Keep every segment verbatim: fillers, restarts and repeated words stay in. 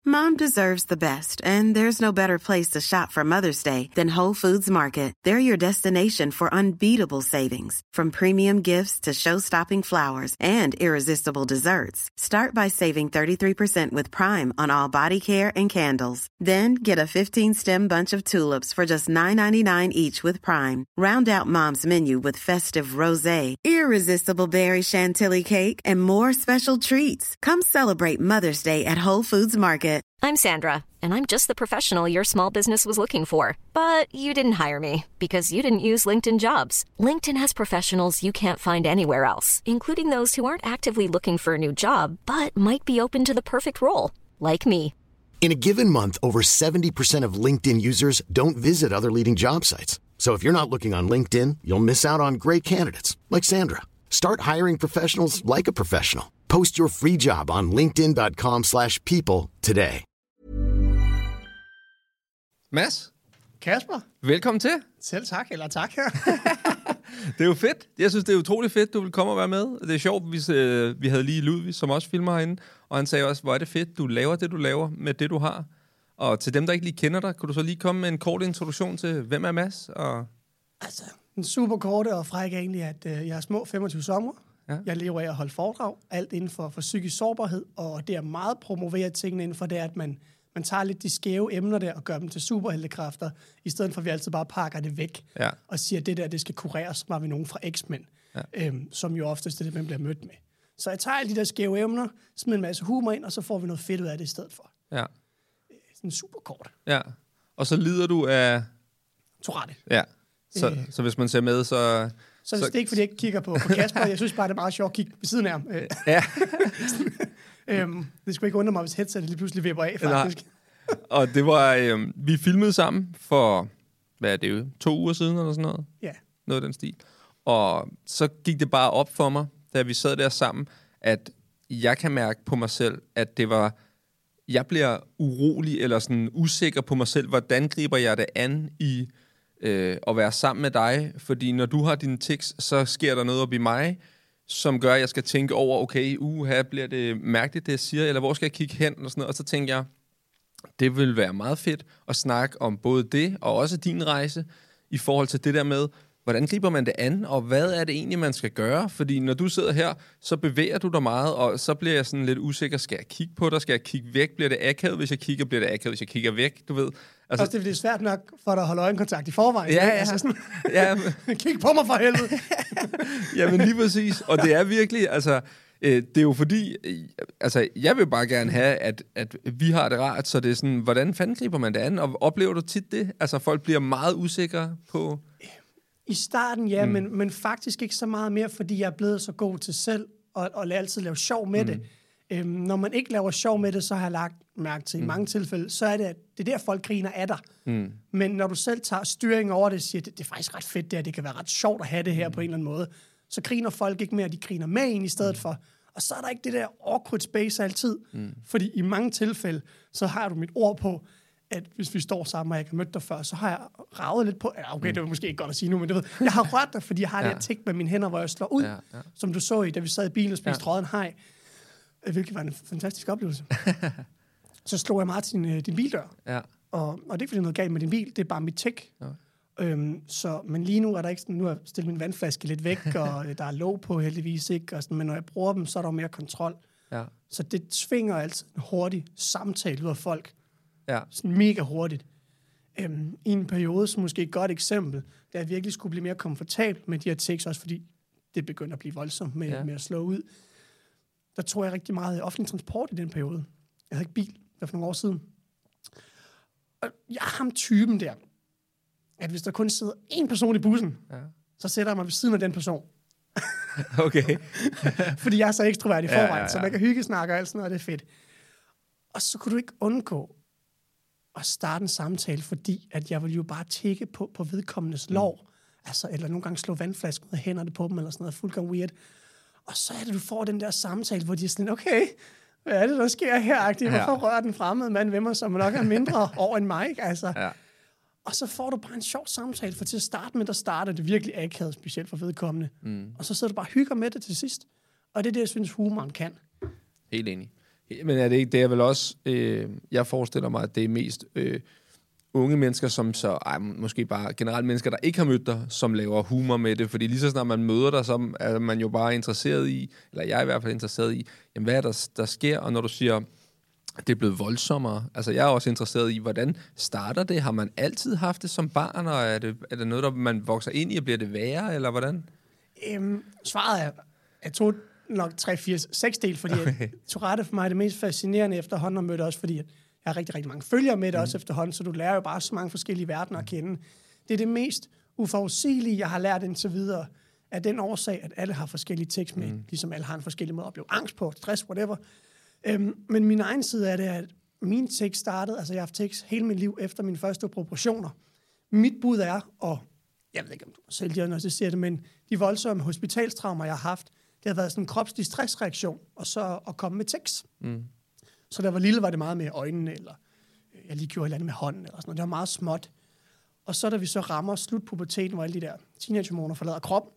Mom deserves the best, and there's no better place to shop for Mother's Day than Whole Foods Market. They're your destination for unbeatable savings, from premium gifts to show-stopping flowers and irresistible desserts. Start by saving thirty-three percent with Prime on all body care and candles. Then get a fifteen-stem bunch of tulips for just nine ninety-nine each with Prime. Round out Mom's menu with festive rosé, irresistible berry chantilly cake, and more special treats. Come celebrate Mother's Day at Whole Foods Market. I'm Sandra, and I'm just the professional your small business was looking for. But you didn't hire me because you didn't use LinkedIn Jobs. LinkedIn has professionals you can't find anywhere else, including those who aren't actively looking for a new job, but might be open to the perfect role, like me. In a given month, over seventy percent of LinkedIn users don't visit other leading job sites. So if you're not looking on LinkedIn, you'll miss out on great candidates, like Sandra. Start hiring professionals like a professional. Post your free job on linkedin.com slash people today. Mads? Kasper? Velkommen til. Selv tak, eller tak her. Det er jo fedt. Jeg synes, det er utroligt fedt, du vil komme og være med. Det er sjovt, hvis øh, vi havde lige Ludvig, som også filmer herinde, og han sagde også, hvor er det fedt, du laver det, du laver med det, du har. Og til dem, der ikke lige kender dig, kunne du så lige komme med en kort introduktion til, hvem er Mads? Og... Altså, en super korte og fræk egentlig, at øh, jeg er små femogtyve sommer. Ja. Jeg lever af at holde foredrag, alt inden for, for psykisk sårbarhed, og det er meget promoveret tingene inden for det, at man, man tager lidt de skæve emner der og gør dem til superheltekræfter, i stedet for at vi altid bare pakker det væk ja. og siger, at det der, det skal kureres, var vi nogen fra X-Men, ja. øhm, som jo oftest er det, man bliver mødt med. Så jeg tager alle de der skæve emner, smider en masse humor ind, og så får vi noget fedt ud af det i stedet for. Ja. Sådan super kort. Ja, og så lider du af... Tourette. Ja, så, øh. så hvis man ser med, så... Så hvis så... det er ikke, fordi jeg ikke kigger på, på Kasper, jeg synes bare, det er meget sjovt at kigge ved siden af ham. Ja. øhm, det skulle ikke undre mig, hvis headsetet lige pludselig vipper af, faktisk. Og det var... Øh, vi filmede sammen for... Hvad er det jo? To uger siden, eller sådan noget? Ja. Noget af den stil. Og så gik det bare op for mig, da vi sad der sammen, at jeg kan mærke på mig selv, at det var... Jeg bliver urolig eller sådan usikker på mig selv. Hvordan griber jeg det an i øh, at være sammen med dig? Fordi når du har din tekst, så sker der noget op i mig, som gør, at jeg skal tænke over, okay, uha, bliver det mærkeligt, det jeg siger, eller hvor skal jeg kigge hen? Og, sådan noget. Og så tænker jeg, det vil være meget fedt at snakke om både det, og også din rejse, i forhold til det der med, hvordan griber man det an, og hvad er det egentlig, man skal gøre? Fordi når du sidder her, så bevæger du dig meget, og så bliver jeg sådan lidt usikker. Skal jeg kigge på dig? Skal jeg kigge væk? Bliver det akavet, hvis jeg kigger? Bliver det akavet, hvis jeg kigger væk? Du ved. Altså, også det, det er svært nok for dig at holde øjenkontakt i forvejen. Ja, ja. Altså sådan, ja men... Kig på mig for helvede. Jamen lige præcis. Og det er virkelig, altså... Det er jo fordi, altså jeg vil bare gerne have, at, at vi har det rart, så det er sådan, hvordan fanden griber man det an? Og oplever du tit det? Altså folk bliver meget usikre på... I starten, ja, mm. men, men faktisk ikke så meget mere, fordi jeg er blevet så god til selv at, at altid lave sjov med mm. det. Øhm, når man ikke laver sjov med det, så har jeg lagt mærke til mm. i mange tilfælde, så er det, det er der, folk griner af dig. Mm. Men når du selv tager styring over det og siger, det, det er faktisk ret fedt det, det kan være ret sjovt at have det her mm. på en eller anden måde, så griner folk ikke mere, de griner med en i stedet mm. for. Og så er der ikke det der awkward space altid. Mm. Fordi i mange tilfælde, så har du mit ord på, at hvis vi står sammen, og jeg ikke har mødt dig før, så har jeg ravet lidt på... Okay, det var måske ikke godt at sige nu, men du ved, jeg har rørt dig, fordi jeg har ja. det her tik med mine hænder, hvor jeg slår ud, ja, ja. som du så i, da vi sad i bilen og spiste ja. røget en haj. Hvilket var en fantastisk oplevelse. Så slog jeg meget til din, din bildør. Ja. Og, og det er ikke, fordi der er noget galt med din bil, det er bare mit tik. Ja. Øhm, så, men lige nu er der ikke sådan, nu har jeg stillet min vandflaske lidt væk, og der er låg på heldigvis ikke, og sådan, men når jeg bruger dem, så er der mere kontrol. Ja. Så det tvinger altid en hurtig samtale ud af folk. Ja. Sådan mega hurtigt. Øhm, I en periode, som måske et godt eksempel, da jeg virkelig skulle blive mere komfortabel med de her tekst, også fordi det begyndte at blive voldsomt med, ja. med at slå ud. Der tror jeg rigtig meget offentlig transport i den periode. Jeg havde ikke bil, det var for nogle år siden. Og jeg er ham typen der, at hvis der kun sidder én person i bussen, ja. så sætter jeg mig ved siden af den person. Okay. Fordi jeg er så ekstrovert i forvejen, ja, ja, ja. så man kan hyggesnakke og alt sådan noget, og det er fedt. Og så kunne du ikke undgå at starte en samtale, fordi at jeg ville jo bare tække på, på vedkommendes lår, mm. altså, eller nogle gange slå vandflasken ud af hænderne på dem, eller sådan noget, fuldkommen weird. Og så er det, du får den der samtale, hvor de er sådan, okay, hvad er det, der sker her? Hvorfor ja. rører den fremmede mand ved mig, som nok er mindre over end mig, ikke? Altså. Ja. Og så får du bare en sjov samtale, for til at starte med, der starter det virkelig akavet, specielt for vedkommende. Mm. Og så sidder du bare og hygger med det til sidst. Og det er det, jeg synes, humoren kan. Helt enig. Men er det ikke, det er vel også, øh, jeg forestiller mig, at det er mest øh, unge mennesker, som så, ej, måske bare generelt mennesker, der ikke har mødt dig, som laver humor med det, fordi lige så snart man møder dig, så er man jo bare interesseret i, eller jeg er i hvert fald interesseret i, jamen hvad er der, der sker, og når du siger, det er blevet voldsommere, altså jeg er også interesseret i, hvordan starter det? Har man altid haft det som barn, og er det, er det noget, der man vokser ind i, og bliver det værre, eller hvordan? Øhm, svaret er, jeg tog nok tre, fire, seks del, fordi okay. Tourette for mig er det mest fascinerende efterhånden, og mødte også, fordi at jeg har rigtig, rigtig mange følgere med det mm. også efterhånden, så du lærer jo bare så mange forskellige verdener at kende. Det er det mest uforudsigelige, jeg har lært indtil videre, af den årsag, at alle har forskellige tekst med, mm. ligesom alle har en forskellig måde at opleve angst på, stress, whatever. Øhm, men min egen side er det, at min tekst startede, altså jeg har haft tekst hele mit liv efter mine første operationer. Mit bud er, og jeg ved ikke, om du selv diagnostiserer det, men de voldsomme hospitalstraumer, jeg har haft, det har været sådan en kropslig stressreaktion, og så at komme med tekst. Mm. Så da jeg var lille, var det meget med øjnene, eller jeg lige gjorde et eller andet med hånden, eller sådan noget. Det var meget småt. Og så da vi så rammer slutpuberteten, hvor alle de der teenage-hormoner forlader kroppen,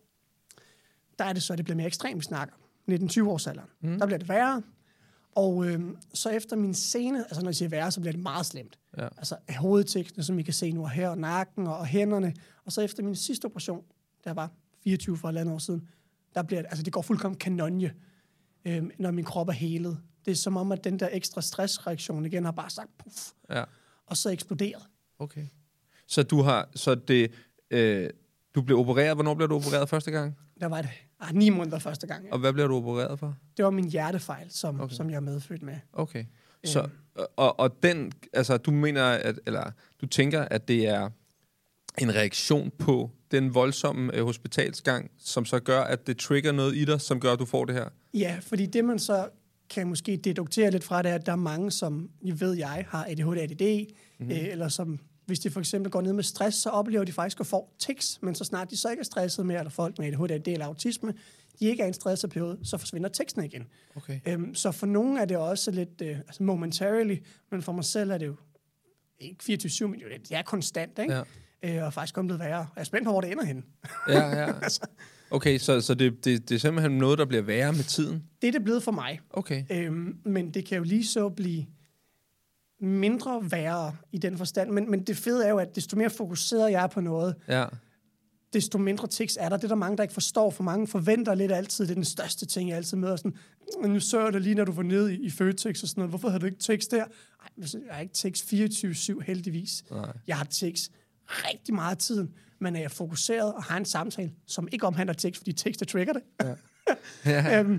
der er det så, at det bliver mere ekstremt, vi snakker. nitten tyve års alderen. Mm. Der bliver det værre. Og øh, så efter min scene, altså når jeg siger værre, så bliver det meget slemt. Ja. Altså hovedteksten, som I kan se nu her, og nakken og, og hænderne. Og så efter min sidste operation, der var fireogtyve for et andet år siden, der bliver det, altså det går fuldkommen kanonje, øh, når min krop er helet. Det er som om, at den der ekstra stressreaktion igen har bare sagt puff, ja. Og så eksploderet. Okay. Så du har, så det, øh, du blev opereret, hvornår blev du opereret første gang? Der var det ah, ni måneder første gang. Ja. Og hvad blev du opereret for? Det var min hjertefejl, som, okay. som jeg er medfødt med. Okay. Så, og, og den, altså du mener, at, eller du tænker, at det er en reaktion på den voldsomme øh, hospitalsgang, som så gør, at det trigger noget i dig, som gør, at du får det her? Ja, fordi det man så kan måske deduktere lidt fra, det er, at der er mange, som I ved, jeg har A D H D, A D D, mm-hmm. øh, eller som, hvis de for eksempel går ned med stress, så oplever de faktisk at få tics, men så snart de så ikke er stresset med, eller folk med A D H D, A D D eller autisme, de ikke er i en stresset periode, så forsvinder teksten igen. Okay. Øhm, så for nogen er det også lidt øh, altså momentarily, men for mig selv er det jo ikke fireogtyve syv, men det er konstant, ikke? Ja. Øh, og faktisk kommet værre. Jeg er spændt på, hvor det ender henne. Ja, ja. altså. Okay, så, så det, det, det er simpelthen noget, der bliver værre med tiden? Det er det blevet for mig. Okay. Øhm, men det kan jo lige så blive mindre værre i den forstand. Men, men det fede er jo, at desto mere fokuseret jeg er på noget, ja. desto mindre tekst er der. Det er der mange, der ikke forstår. For mange forventer lidt altid. Det er den største ting, jeg altid møder. Sådan, nu så jeg det lige, når du var nede i, i Føtex og sådan noget. Hvorfor havde du ikke tekst der? Ej, jeg har ikke tekst fireogtyve syv heldigvis. Nej. Jeg har tekst rigtig meget af tiden, men er jeg fokuseret og har en samtale, som ikke omhandler tekst, fordi tekst er trigger det, ja. Ja. øhm,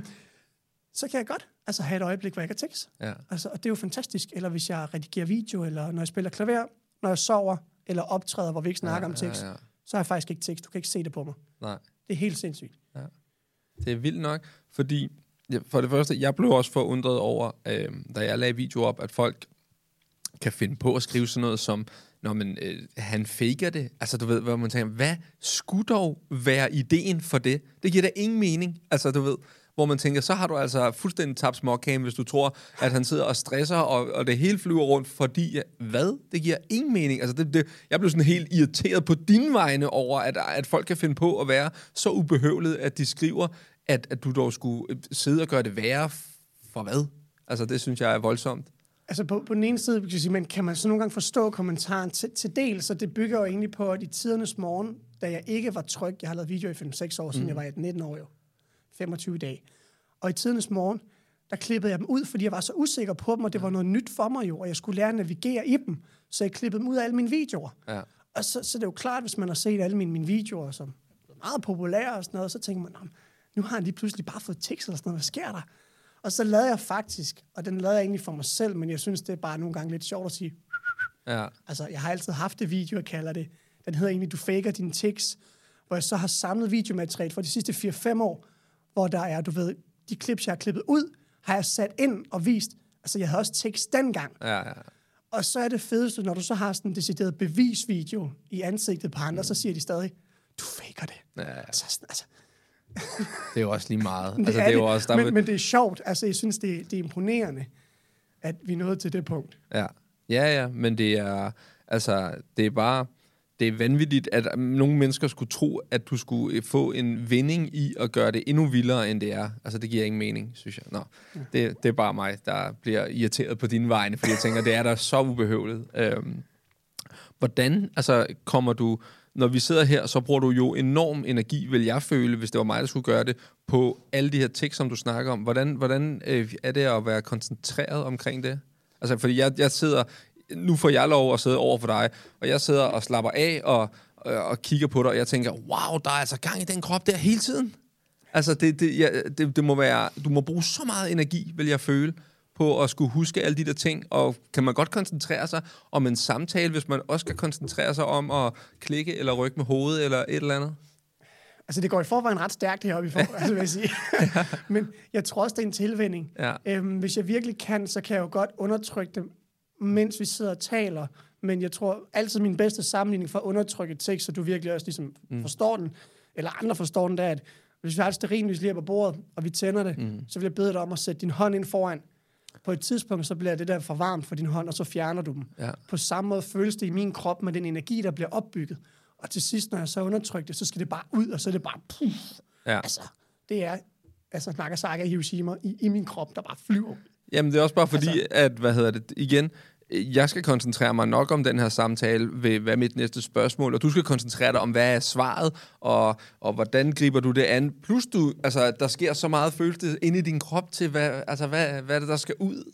så kan jeg godt altså, have et øjeblik, hvor jeg ikke har tekst. Ja. Altså, og det er jo fantastisk. Eller hvis jeg redigerer video, eller når jeg spiller klaver, når jeg sover, eller optræder, hvor vi ikke snakker ja, om tekst, ja, ja. Så har jeg faktisk ikke tekst. Du kan ikke se det på mig. Nej. Det er helt sindssygt. Ja. Det er vildt nok, fordi ja, for det første, jeg blev også forundret over, øh, da jeg lagde video op, at folk kan finde på at skrive sådan noget som, når man, øh, han faker det. Altså, du ved, hvor man tænker, hvad skulle dog være ideen for det? Det giver da ingen mening. Altså, du ved, hvor man tænker, så har du altså fuldstændig tabt småkagen, hvis du tror, at han sidder og stresser, og, og det hele flyver rundt, fordi, hvad? Det giver ingen mening. Altså, det, det, jeg blev sådan helt irriteret på dine vegne over, at, at folk kan finde på at være så ubehøvlet, at de skriver, at, at du dog skulle sidde og gøre det værre for hvad? Altså, det synes jeg er voldsomt. Altså på, på den ene side, kan, sige, men kan man så nogle gange forstå kommentaren til, til del, så det bygger jo egentlig på, at i tidernes morgen, da jeg ikke var tryg, jeg har lavet video i fem seks år siden, mm. jeg var nitten år jo, femogtyve dage, og i tidernes morgen, der klippede jeg dem ud, fordi jeg var så usikker på dem, og det var noget nyt for mig jo, og jeg skulle lære at navigere i dem, så jeg klippede dem ud af alle mine videoer. Ja. Og så, så det er jo klart, hvis man har set alle mine, mine videoer, som er meget populære og sådan noget, så tænker man, nu har han lige pludselig bare fået tekst eller sådan noget, hvad sker der? Og så lavede jeg faktisk, og den lavede jeg egentlig for mig selv, men jeg synes, det er bare nogle gange lidt sjovt at sige. Ja. Altså, jeg har altid haft det video, jeg kalder det. Den hedder egentlig, du faker din tekst, hvor jeg så har samlet videomateriale for de sidste fire fem år, hvor der er, du ved, de klips, jeg har klippet ud, har jeg sat ind og vist. Altså, jeg havde også tekst dengang. Ja, ja. Og så er det fedeste, når du så har sådan en decideret bevisvideo i ansigtet på andre, mm. så siger de stadig, du faker det. Ja, ja. Altså, altså det er jo også lige meget. Det altså, er det er det, jo også, der men, vil... men det er sjovt. Altså, jeg synes, det er, det er imponerende, at vi nåede til det punkt. Ja, ja, ja, men det er, altså, det er bare, det er vanvittigt, at nogle mennesker skulle tro, at du skulle få en vinding i at gøre det endnu vildere, end det er. Altså, det giver ingen mening, synes jeg. Nå, ja. det, det er bare mig, der bliver irriteret på dine vegne, fordi jeg tænker, det er da så ubehøvlet. Øhm, hvordan, altså, kommer du... Når vi sidder her, så bruger du jo enorm energi, vil jeg føle, hvis det var mig, der skulle gøre det, på alle de her tekster, som du snakker om. Hvordan, hvordan øh, er det at være koncentreret omkring det? Altså, fordi jeg, jeg sidder... Nu får jeg lov at sidde over for dig, og jeg sidder og slapper af og, og, og kigger på dig, og jeg tænker, wow, der er altså gang i den krop der hele tiden. Altså, det, det, ja, det, det må være... Du må bruge så meget energi, vil jeg føle, på at skulle huske alle de der ting, og kan man godt koncentrere sig om en samtale, hvis man også skal koncentrere sig om at klikke eller rykke med hovedet eller et eller andet? Altså, det går i forvejen ret stærkt heroppe i for, altså, vil jeg sige. Men jeg tror også, det er en tilvænning. Ja. Øhm, hvis jeg virkelig kan, så kan jeg jo godt undertrykke det, mens vi sidder og taler. Men jeg tror altid, min bedste sammenligning for at undertrykke tekst, så du virkelig også ligesom mm. forstår den, eller andre forstår den, der at hvis vi har et stearinlys lige på bordet, og vi tænder det, mm. så vil jeg bede dig om at sætte din hånd ind foran. På et tidspunkt, så bliver det der for varmt for din hånd, og så fjerner du dem. Ja. På samme måde føles det i min krop med den energi, der bliver opbygget. Og til sidst, når jeg så undertrykker det, så skal det bare ud, og så er det bare puff. Ja. Altså, det er altså Nagasaki og Hiroshima i, i min krop, der bare flyver. Jamen, det er også bare fordi, altså, at, hvad hedder det, igen, jeg skal koncentrere mig nok om den her samtale, ved hvad mit næste spørgsmål, og du skal koncentrere dig om, hvad er svaret, og, og hvordan griber du det an. Plus, du, altså, der sker så meget følelse inde i din krop til, hvad, altså, hvad, hvad er det, der skal ud?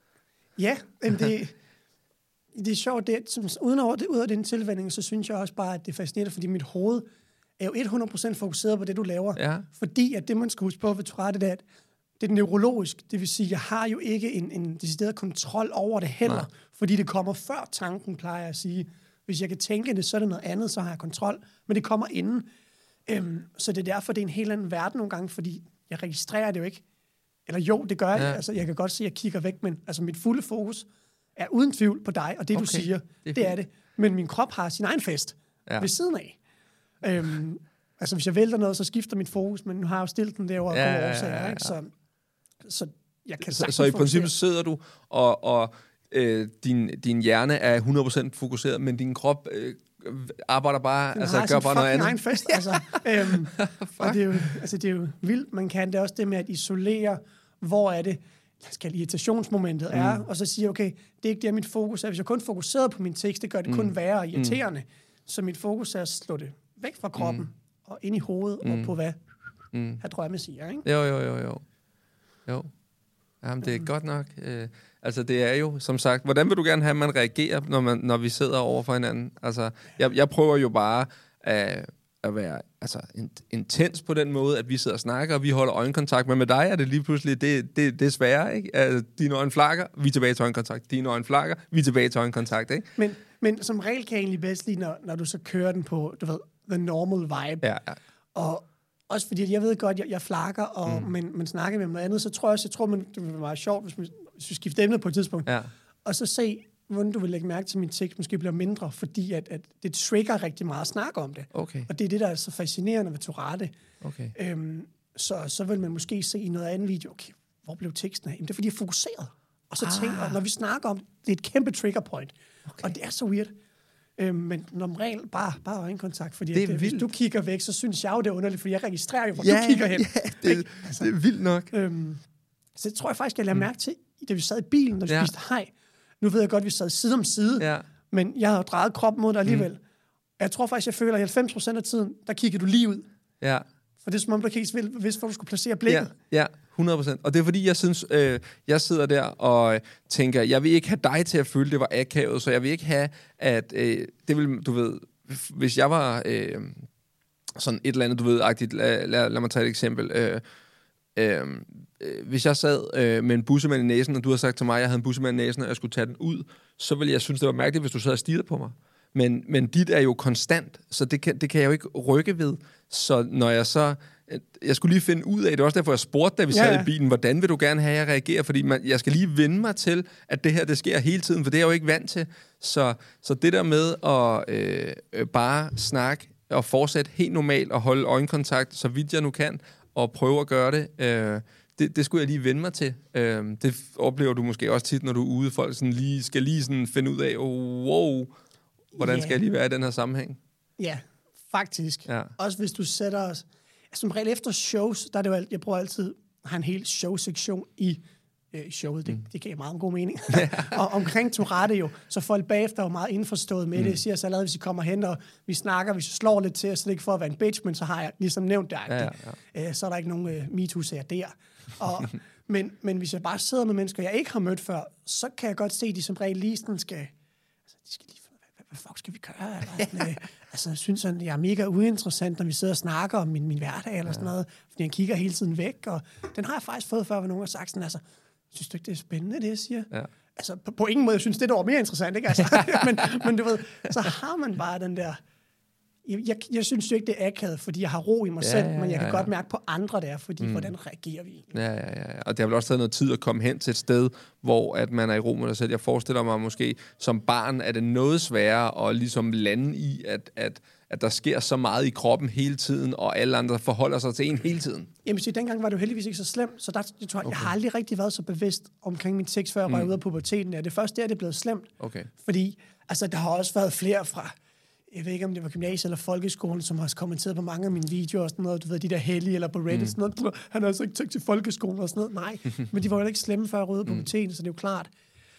Ja, men det, det er sjovt. Det, som, uden over det, ud af den tilvænning, så synes jeg også bare, at det er fascinerende, fordi mit hoved er jo hundrede procent fokuseret på det, du laver. Ja. Fordi at det, man skal huske på ved Tourette, det er, at det er neurologisk. Det vil sige, at jeg har jo ikke en, en decideret kontrol over det heller, Nej. Fordi det kommer før tanken, plejer jeg at sige. Hvis jeg kan tænke det, så er det noget andet, så har jeg kontrol. Men det kommer inden. Øhm, så det er derfor, det er en helt anden verden nogle gange, fordi jeg registrerer det jo ikke. Eller jo, det gør jeg. Ja. Altså, jeg kan godt se, at jeg kigger væk, men altså, mit fulde fokus er uden tvivl på dig, og det, okay. du siger, det er, det er det. Men min krop har sin egen fest ja. Ved siden af. Øhm, altså, hvis jeg vælter noget, så skifter mit fokus, men nu har jeg jo stillet den derovre ja, på årsager, ja, ja, ja. Ikke? Så, så jeg kan så, så i princippet sidder du, og, og øh, din, din hjerne er hundrede procent fokuseret, men din krop øh, arbejder bare, den altså gør bare noget andet. Egen fest, altså. øhm, og det er, jo, altså, det er jo vildt, man kan. Det er også det med at isolere, hvor er det, skal irritationsmomentet mm. er, og så sige, okay, det er ikke det, mit fokus er. Hvis jeg kun fokuserer på min tekst, det gør det mm. kun værre og irriterende. Mm. Så mit fokus er at slå det væk fra kroppen, mm. og ind i hovedet, mm. og på hvad mm. her drømme siger, ikke? Jo, jo, jo, jo. Jo. Jamen, det er mm. godt nok. Øh, altså, det er jo, som sagt, hvordan vil du gerne have, at man reagerer, når, man, når vi sidder over for hinanden? Altså, jeg, jeg prøver jo bare at, at være altså, intens på den måde, at vi sidder og snakker, og vi holder øjenkontakt, men med dig er det lige pludselig, det, det, det er sværere, ikke? Altså, dine øjne flakker, vi er tilbage til øjenkontakt. Dine øjne flakker, vi er tilbage til øjenkontakt, ikke? Men, men som regel kan jeg egentlig bedst lide, når, når du så kører den på, du ved, the normal vibe. Ja, ja. Og også fordi, jeg ved godt, at jeg, jeg flakker, og mm. men, men snakker med noget andet, så tror jeg også, jeg tror, man, det ville være meget sjovt, hvis, man, hvis vi skifter emne på et tidspunkt. Ja. Og så se, hvordan du vil lægge mærke til, at min tekst måske bliver mindre, fordi at, at det trigger rigtig meget at snakke om det. Okay. Og det er det, der er så fascinerende ved Tourette. Okay. Øhm, så, så vil man måske se i noget andet video, okay, hvor blev teksten af? Jamen, det er fordi, jeg er fokuseret. Og så ah. tænker jeg, når vi snakker om det, det er et kæmpe trigger point. Okay. Og det er så weird. Øhm, men som regel bare, bare øjenkontakt, fordi det at, hvis du kigger væk, så synes jeg jo, det er underligt, fordi jeg registrerer jo, hvor ja, du kigger hen. Ja, det, altså, det er vildt nok. Øhm, så det tror jeg faktisk, jeg lader mærke til, da vi sad i bilen, når vi ja. spiste hej. Nu ved jeg godt, at vi sad side om side, ja. men jeg havde drejet kroppen mod dig alligevel. Mm. Jeg tror faktisk, jeg føler, at halvfems procent af tiden, der kigger du lige ud. Ja. For det er som om, du ikke helt vidste, hvor du skulle placere blikket. Ja, ja. hundrede procent. Og det er fordi, jeg synes, øh, jeg sidder der og tænker, jeg vil ikke have dig til at føle, det var akavet, så jeg vil ikke have, at øh, det vil, du ved, hvis jeg var øh, sådan et eller andet, du ved, agtigt, lad, lad, lad mig tage et eksempel. Øh, øh, hvis jeg sad øh, med en bussemand i næsen, og du havde sagt til mig, at jeg havde en bussemand i næsen, og jeg skulle tage den ud, så ville jeg synes, det var mærkeligt, hvis du sad og stirrede på mig. Men, men dit er jo konstant, så det kan, det kan jeg jo ikke rykke ved. Så når jeg så... Jeg skulle lige finde ud af, det var også derfor, jeg spurgte, da vi sad ja, ja. i bilen, hvordan vil du gerne have, at jeg reagerer? Fordi man, jeg skal lige vende mig til, at det her, det sker hele tiden, for det er jeg jo ikke vant til. Så, så det der med at øh, bare snakke og fortsætte helt normalt og holde øjenkontakt, så vidt jeg nu kan, og prøve at gøre det, øh, det, det skulle jeg lige vende mig til. Øh, det oplever du måske også tit, når du er ude, folk sådan lige, skal lige sådan finde ud af, oh, wow, hvordan Ja. skal jeg lige være i den her sammenhæng? Ja, faktisk. Ja. Også hvis du sætter os... Altså, som regel efter shows, der er det jo alt, jeg prøver altid at have en hel showsektion i øh, showet. Det, mm. det giver meget god mening. Og omkring Tourette jo, så folk bagefter er jo meget indforstået med mm. det. Jeg siger så allerede, hvis I kommer hen, og vi snakker, hvis vi slår lidt til, så det ikke for at være en bitch, men så har jeg ligesom nævnt det. Ja, ja, ja. Øh, så er der ikke nogen øh, MeToo-sager der. Og, men, men hvis jeg bare sidder med mennesker, jeg ikke har mødt før, så kan jeg godt se, at de som regel lige sådan skal... Altså, de skal lige hvad fuck skal vi gøre? Eller sådan, øh, altså, jeg synes, at jeg er mega uinteressant, når vi sidder og snakker om min, min hverdag eller sådan noget, fordi han kigger hele tiden væk, og den har jeg faktisk fået før, hvor nogen har sagt sådan, altså, synes du ikke, det er spændende, det jeg siger? Ja. Altså, på, på ingen måde, jeg synes, det er mere interessant, ikke? Altså, men, men du ved, så har man bare den der, jeg, jeg, jeg synes jo ikke, det er akavet, fordi jeg har ro i mig ja, selv, men jeg kan ja, ja. godt mærke på andre der, fordi mm. hvordan reagerer vi egentlig? Ja, ja, ja. Og det har vel også taget noget tid at komme hen til et sted, hvor at man er i ro med sig selv. Jeg forestiller mig måske, som barn er det noget sværere at ligesom lande i, at, at, at der sker så meget i kroppen hele tiden, og alle andre forholder sig til en hele tiden. Jamen, så dengang var det jo heldigvis ikke så slemt, så der, jeg, tror, okay. jeg har aldrig rigtig været så bevidst omkring min tekst, før jeg røg mm. ud af puberteten. Ja, det første der, det er blevet slemt. Okay. Fordi, altså, der har også været flere fra... Jeg ved ikke, om det var gymnasiet eller folkeskolen, som har kommenteret på mange af mine videoer og sådan noget. Du ved, de der hellige eller på Reddit, mm. sådan noget. Han har altså ikke tænkt til folkeskolen og sådan noget. Nej, men de var jo ikke slemme før jeg røde på puberteten, så det er jo klart.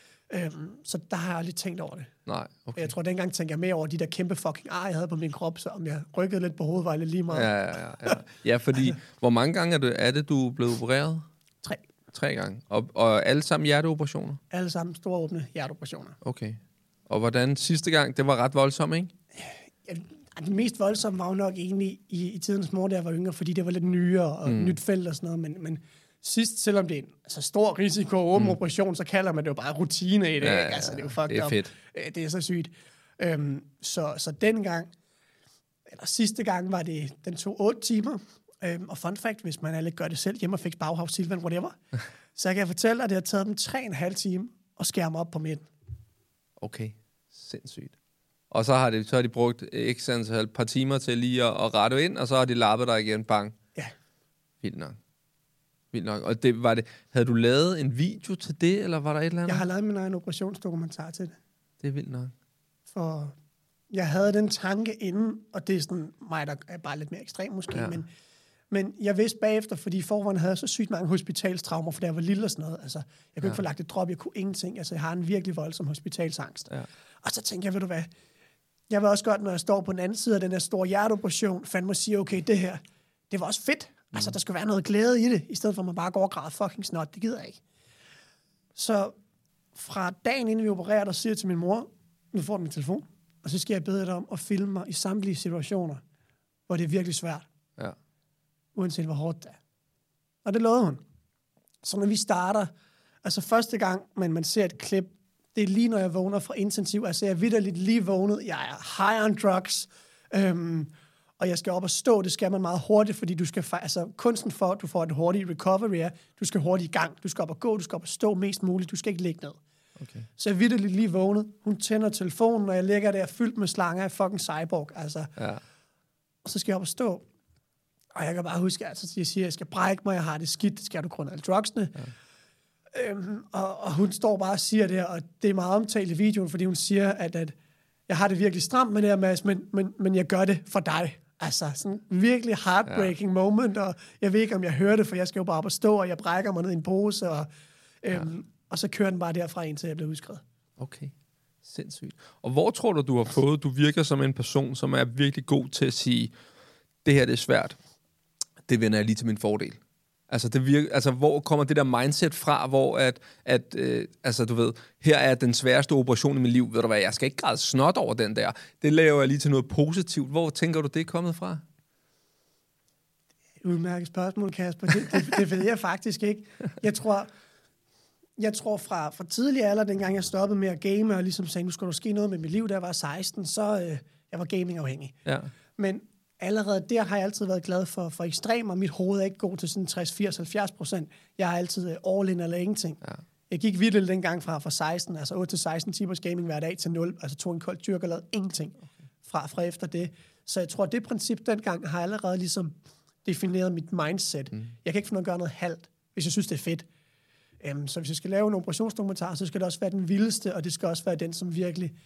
Øhm, så der har jeg aldrig tænkt over det. Nej, okay. Jeg tror, dengang tænkte jeg mere over de der kæmpe fucking ar, jeg havde på min krop, så om jeg rykkede lidt på hovedet, var det lige meget. Ja, ja, ja. Ja, ja fordi hvor mange gange er det, er det du er blevet opereret? Tre. Tre gange. Og, og alle sammen hjerteoperationer? Alle sammen store åbne hjerteoperationer. Okay. Og hvordan sidste gang? Det var ret voldsomt, ikke? Ja, det mest voldsomme var jo nok egentlig i, i tidens morgen, da jeg var yngre, fordi det var lidt nyere og mm. nyt felt og sådan noget, men, men sidst, selvom det er en altså, stor risiko og åben mm. operation, så kalder man det jo bare rutine i det. Ja, ja, ja. Altså, det er jo fucked det er fedt. Up. Det er så sygt. Øhm, så, så dengang, eller sidste gang, var det, den tog otte timer. Øhm, og fun fact, hvis man alle gør det selv hjemme og fik Bauhaus, Silvan, whatever, så kan jeg fortælle dig, at det har taget dem tre og en halv time at skære mig op på midten. Okay, sindssygt. Og så har de, så har de brugt x antal par timer til lige at, at rette ind, og så har de lappet dig igen, bang. Ja. Vildt nok. Vildt nok. Og det, var det, havde du lavet en video til det, eller var der et eller andet? Jeg har lavet min egen operationsdokumentar til det. Det er vildt nok. For jeg havde den tanke inden, og det er sådan mig, der er bare lidt mere ekstrem måske, ja. men, men jeg vidste bagefter, fordi forvejen havde så sygt mange hospitalstraumer, for da jeg var lille og sådan noget. Altså, jeg kunne ja. ikke få lagt et drop, jeg kunne ingenting. Altså, jeg har en virkelig voldsom hospitalsangst. Ja. Og så tænkte jeg, ved du hvad, jeg vil også godt, når jeg står på den anden side af den her store hjerteoperation, fandme sige, okay, det her, det var også fedt. Mm. Altså, der skal være noget glæde i det, i stedet for at man bare går og græder fucking snot. Det gider jeg ikke. Så fra dagen inden vi opererer, der siger jeg til min mor, nu får du min telefon, og så skal jeg bede dig om at filme mig i samtlige situationer, hvor det er virkelig svært. Ja. Uanset hvor hårdt det er. Og det lovede hun. Så når vi starter, altså første gang, man, man ser et klip, det er lige når jeg vågner fra intensiv, altså jeg er vitterligt lige vågnet, jeg er high on drugs, øhm, og jeg skal op og stå, det skal man meget hurtigt, fordi du skal, altså kunsten for, at du får en hurtig recovery er, du skal hurtigt i gang, du skal op og gå, du skal op og stå mest muligt, du skal ikke ligge ned. Okay. Så jeg er vitterligt lige vågnet, hun tænder telefonen, og jeg ligger der fyldt med slanger af fucking cyborg, altså. Ja. Og så skal jeg op og stå, og jeg kan bare huske, altså, jeg siger, jeg skal brække mig, jeg har det skidt, det skal du grunde alle drugsene. Ja. Øhm, og, og hun står bare og siger det, og det er meget omtalt i videoen, fordi hun siger, at, at jeg har det virkelig stramt med det her, Mads, men, men, men jeg gør det for dig. Altså sådan virkelig heartbreaking ja. moment, og jeg ved ikke, om jeg hører det, for jeg skal jo bare op og stå, og jeg brækker mig ned i en pose, og, øhm, ja. og så kører den bare derfra ind, til jeg bliver udskrevet. Okay, sindssygt. Og hvor tror du, du har fået, du virker som en person, som er virkelig god til at sige, det her det er svært, det vender jeg lige til min fordel. Altså, det virker, altså, hvor kommer det der mindset fra, hvor at, at øh, altså, du ved, her er den sværeste operation i mit liv, ved du hvad, jeg skal ikke græde snot over den der. Det laver jeg lige til noget positivt. Hvor tænker du, det er kommet fra? Udmærket spørgsmål, Kasper. Det, det, det ved jeg faktisk ikke. Jeg tror, jeg tror fra, fra tidlig alder, dengang jeg stoppede med at game, og ligesom sagde, nu skal der ske noget med mit liv, da jeg var seksten, så øh, jeg var gaming-afhængig. Ja. Men allerede der har jeg altid været glad for, for ekstrem, og mit hoved er ikke god til sådan tres, firs, halvfjerds procent. Jeg har altid all in eller ingenting. Ja. Jeg gik vildt dengang fra, fra seksten, altså otte til seksten timers gaming hver dag til nul, altså tog en kold tyrk og lavede ingenting okay. fra, fra efter det. Så jeg tror, at det princip dengang har allerede ligesom defineret mit mindset. Mm. Jeg kan ikke få noget at gøre noget halvt, hvis jeg synes, det er fedt. Um, så hvis jeg skal lave en operationsdokumentar, så skal det også være den vildeste, og det skal også være den, som virkelig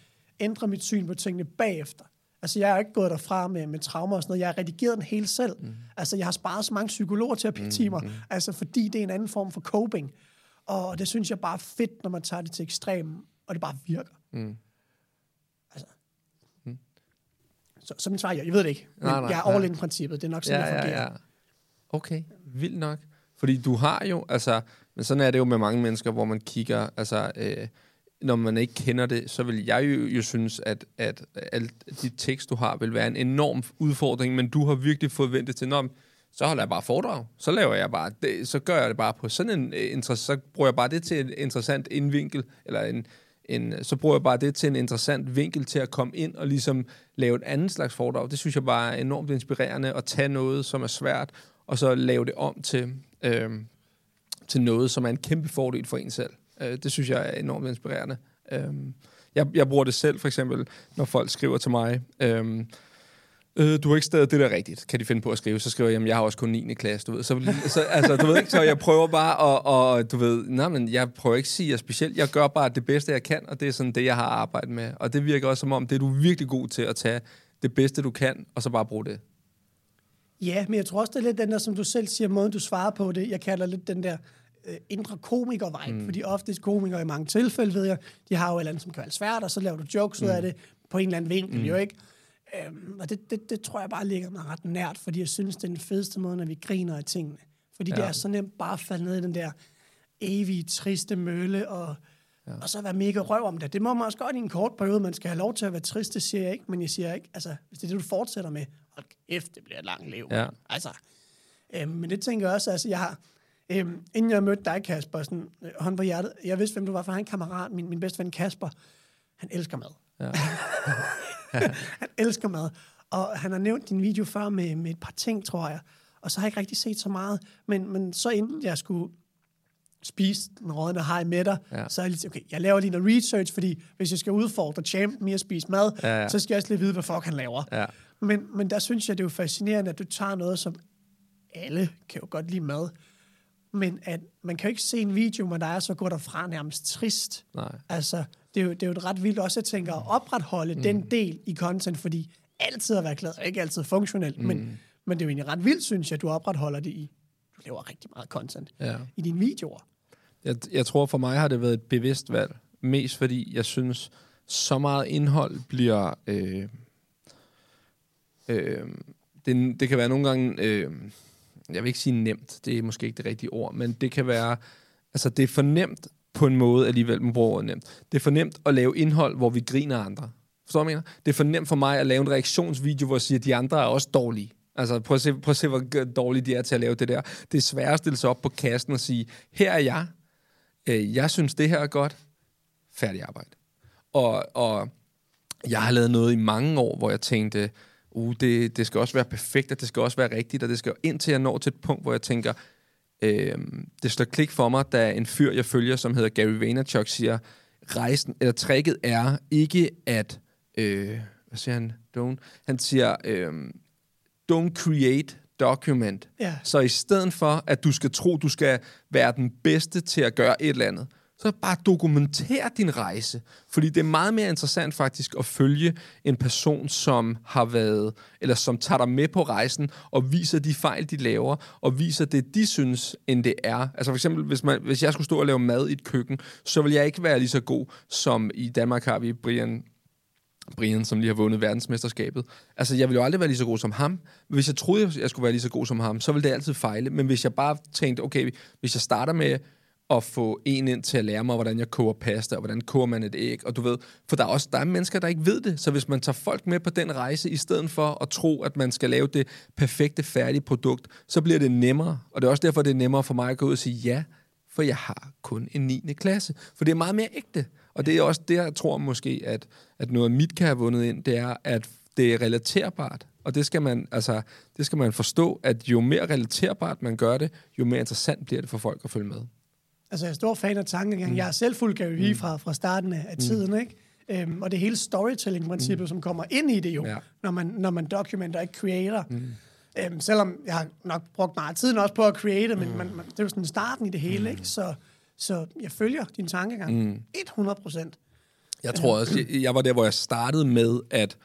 ændret mit syn på tingene bagefter. Altså, jeg er ikke gået derfra med, med traumer og sådan noget. Jeg har redigeret den hele selv. Mm. Altså, jeg har sparet så mange psykologterapitimer, mm, mm. altså, fordi det er en anden form for coping. Og det synes jeg bare er fedt, når man tager det til ekstremen, og det bare virker. Mm. Altså. Mm. Så, så min svar, jeg, jeg ved det ikke. Men nej, nej, jeg er all in princippet. Det er nok sådan, ja, det fungerer. Ja, ja. Okay, vildt nok. Fordi du har jo, altså, men sådan er det jo med mange mennesker, hvor man kigger, altså, øh, når man ikke kender det, så vil jeg jo, jo synes, at, at alt dit tekst, du har, vil være en enorm udfordring, men du har virkelig fået ventet til, når så holder jeg bare foredrag. Så laver jeg bare det, så gør jeg det bare på sådan en interesse, så bruger jeg bare det til en interessant indvinkel, eller en, en, så bruger jeg bare det til en interessant vinkel til at komme ind og ligesom lave et andet slags foredrag. Det synes jeg bare er enormt inspirerende, at tage noget, som er svært, og så lave det om til, øh, til noget, som er en kæmpe fordel for en selv. Øh, det synes jeg er enormt inspirerende. Øh, jeg, jeg bruger det selv, for eksempel, når folk skriver til mig, øh, Øh, du har ikke stadig det der rigtigt, kan de finde på at skrive. Så skriver jeg, jamen, jeg har også kun niende klasse, du ved. Så, så, altså, du ved ikke, så jeg prøver bare at, og, du ved, nej, men jeg prøver ikke at sige, at specielt, jeg gør bare det bedste, jeg kan, og det er sådan det, jeg har arbejdet med. Og det virker også som om, det er du virkelig god til at tage det bedste, du kan, og så bare bruge det. Ja, men jeg tror også, det er lidt den der, som du selv siger, måden du svarer på det. Jeg kalder lidt den der øh, indre komiker-vibe, mm. fordi oftest komikere i mange tilfælde, ved jeg, de har jo et eller andet, som kan være svært, og så laver du jokes mm. ud af det på en eller anden vinkel, mm. jo ikke? Øhm, og det, det, det tror jeg bare ligger mig ret nært, fordi jeg synes, det er den fedeste måde, når vi griner af tingene. Fordi ja. Det er så nemt bare at falde ned i den der evige, triste mølle, og, ja. og så være mega røv om det. Det må man også godt i en kort periode. Man skal have lov til at være trist, det siger jeg ikke, men jeg siger ikke, altså, hvis det er det, du fortsætter med, hold kæft, det bliver et langt liv. Ja. Altså, øhm, men det tænker jeg også, altså, jeg har, øhm, inden jeg mødte dig, Kasper, sådan, øh, hånd på hjertet, jeg vidste, hvem du var, for han en kammerat, min, min bedste ven Kasper, han elsker mad. Ja. Han elsker mad. Og han har nævnt din video før med, med et par ting, tror jeg. Og så har jeg ikke rigtig set så meget. Men, men så inden jeg skulle spise den rådne haj med dig, ja. Så er jeg lige okay, jeg laver lige noget research, fordi hvis jeg skal udfordre Champ med at spise mad, ja, ja. Så skal jeg også lige vide, hvad fuck han laver. Ja. Men, men der synes jeg, det er jo fascinerende, at du tager noget, som alle kan jo godt lide mad, men at man kan jo ikke se en video, hvor der er så godt derfra nærmest trist. Nej. Altså, det er, jo, det er jo et ret vildt også, jeg tænker, at opretholde mm. den del i content, fordi altid at være glad, ikke altid funktionelt, mm. men, men det er jo egentlig ret vildt, synes jeg, at du opretholder det i, du laver rigtig meget content ja. I dine videoer. Jeg, jeg tror for mig har det været et bevidst valg, mest fordi jeg synes, så meget indhold bliver, øh, øh, det, det kan være nogle gange, øh, jeg vil ikke sige nemt, det er måske ikke det rigtige ord, men det kan være, altså det er for nemt på en måde alligevel, man bruger ordet nemt. Det er for nemt at lave indhold, hvor vi griner andre. Forstår du, hvad jeg mener? Det er for nemt for mig at lave en reaktionsvideo, hvor jeg siger, at de andre er også dårlige. Altså prøv at se, prøv at se hvor dårlige de er til at lave det der. Det er svært at stille sig op på kassen og sige, her er jeg, jeg synes det her er godt, færdig arbejde. Og, og jeg har lavet noget i mange år, hvor jeg tænkte, uh, det, det skal også være perfekt, og det skal også være rigtigt, og det skal indtil jeg når til et punkt, hvor jeg tænker, øh, det slår klik for mig, da en fyr, jeg følger, som hedder Gary Vaynerchuk, siger, rejsen, eller tricket er ikke at, øh, hvad siger han? Don't. Han siger, øh, don't create, document. Yeah. Så i stedet for, at du skal tro, du skal være den bedste til at gøre et eller andet, så bare dokumentere din rejse. Fordi det er meget mere interessant faktisk at følge en person, som har været, eller som tager dig med på rejsen, og viser de fejl, de laver, og viser det, de synes, end det er. Altså for eksempel, hvis, man, hvis jeg skulle stå og lave mad i et køkken, så vil jeg ikke være lige så god, som i Danmark har vi Brian, Brian, som lige har vundet verdensmesterskabet. Altså, jeg ville jo aldrig være lige så god som ham. Hvis jeg troede, jeg skulle være lige så god som ham, så ville det altid fejle. Men hvis jeg bare tænkte, okay, hvis jeg starter med at få en ind til at lære mig, hvordan jeg koger pasta, og hvordan koger man et æg, og du ved, for der er også der er mennesker, der ikke ved det, så hvis man tager folk med på den rejse, i stedet for at tro, at man skal lave det perfekte, færdige produkt, så bliver det nemmere, og det er også derfor, det er nemmere for mig at gå ud og sige ja, for jeg har kun en niende klasse, for det er meget mere ægte, og det er også der, jeg tror måske, at, at noget af mit kan have vundet ind, det er, at det er relaterbart, og det skal man, altså, det skal man forstå, at jo mere relaterbart man gør det, jo mere interessant bliver det for folk at følge med. Altså, jeg er stor fan af tankegang. Mm. Jeg har selv fulgt Gary Vee mm. fra, fra starten af, af tiden, mm. ikke? Øhm, og det hele storytelling-princippet, mm. som kommer ind i det jo, ja. når, man, når man documenter, ikke creator. Mm. Øhm, selvom jeg har nok brugt meget tiden også på at create, men mm. man, man, det er jo sådan starten i det hele, mm. ikke? Så, så jeg følger din tankegang. Mm. hundrede procent. Jeg tror også, jeg, jeg var der, hvor jeg startede med, at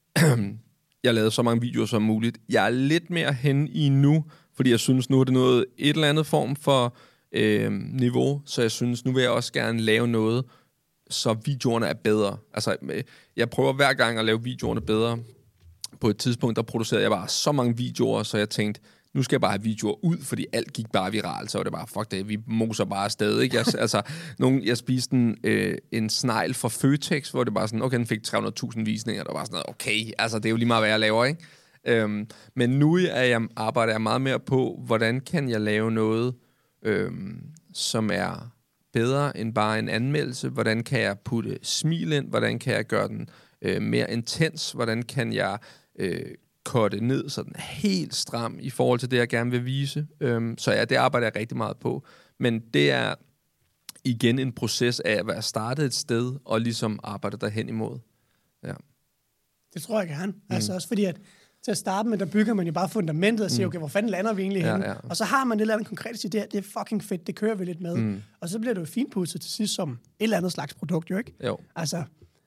jeg lavede så mange videoer som muligt. Jeg er lidt mere hen i nu, fordi jeg synes, nu er det noget et eller andet form for øh, niveau, så jeg synes, nu vil jeg også gerne lave noget, så videoerne er bedre. Altså, jeg prøver hver gang at lave videoerne bedre. På et tidspunkt, der producerede jeg bare så mange videoer, så jeg tænkte, nu skal jeg bare have videoer ud, fordi alt gik bare viralt, så var det bare, fuck det, vi moser bare afsted, ikke? Jeg, altså, nogen, jeg spiste en, øh, en snegl fra Føtex, hvor det bare sådan, okay, den fik tre hundrede tusind visninger, der var sådan noget, okay, altså, det er jo lige meget, hvad jeg laver, ikke? Øhm, men nu er jeg, arbejder jeg meget mere på, hvordan kan jeg lave noget, øhm, som er bedre end bare en anmeldelse, hvordan kan jeg putte smil ind, hvordan kan jeg gøre den øh, mere intens, hvordan kan jeg øh, korte ned sådan helt stram i forhold til det, jeg gerne vil vise. Øhm, så ja, det arbejder jeg rigtig meget på. Men det er igen en proces af at være startet et sted og ligesom arbejde derhen imod. Ja. Det tror jeg gerne. Mm. Altså også fordi, at til at starte med, der bygger man jo bare fundamentet og siger, okay, hvor fanden lander vi egentlig ja, henne? Ja. Og så har man et eller andet konkret idé, det er fucking fedt, det kører vi lidt med. Mm. Og så bliver det jo finpudset til sidst som et eller andet slags produkt, jo ikke? Jo. Altså,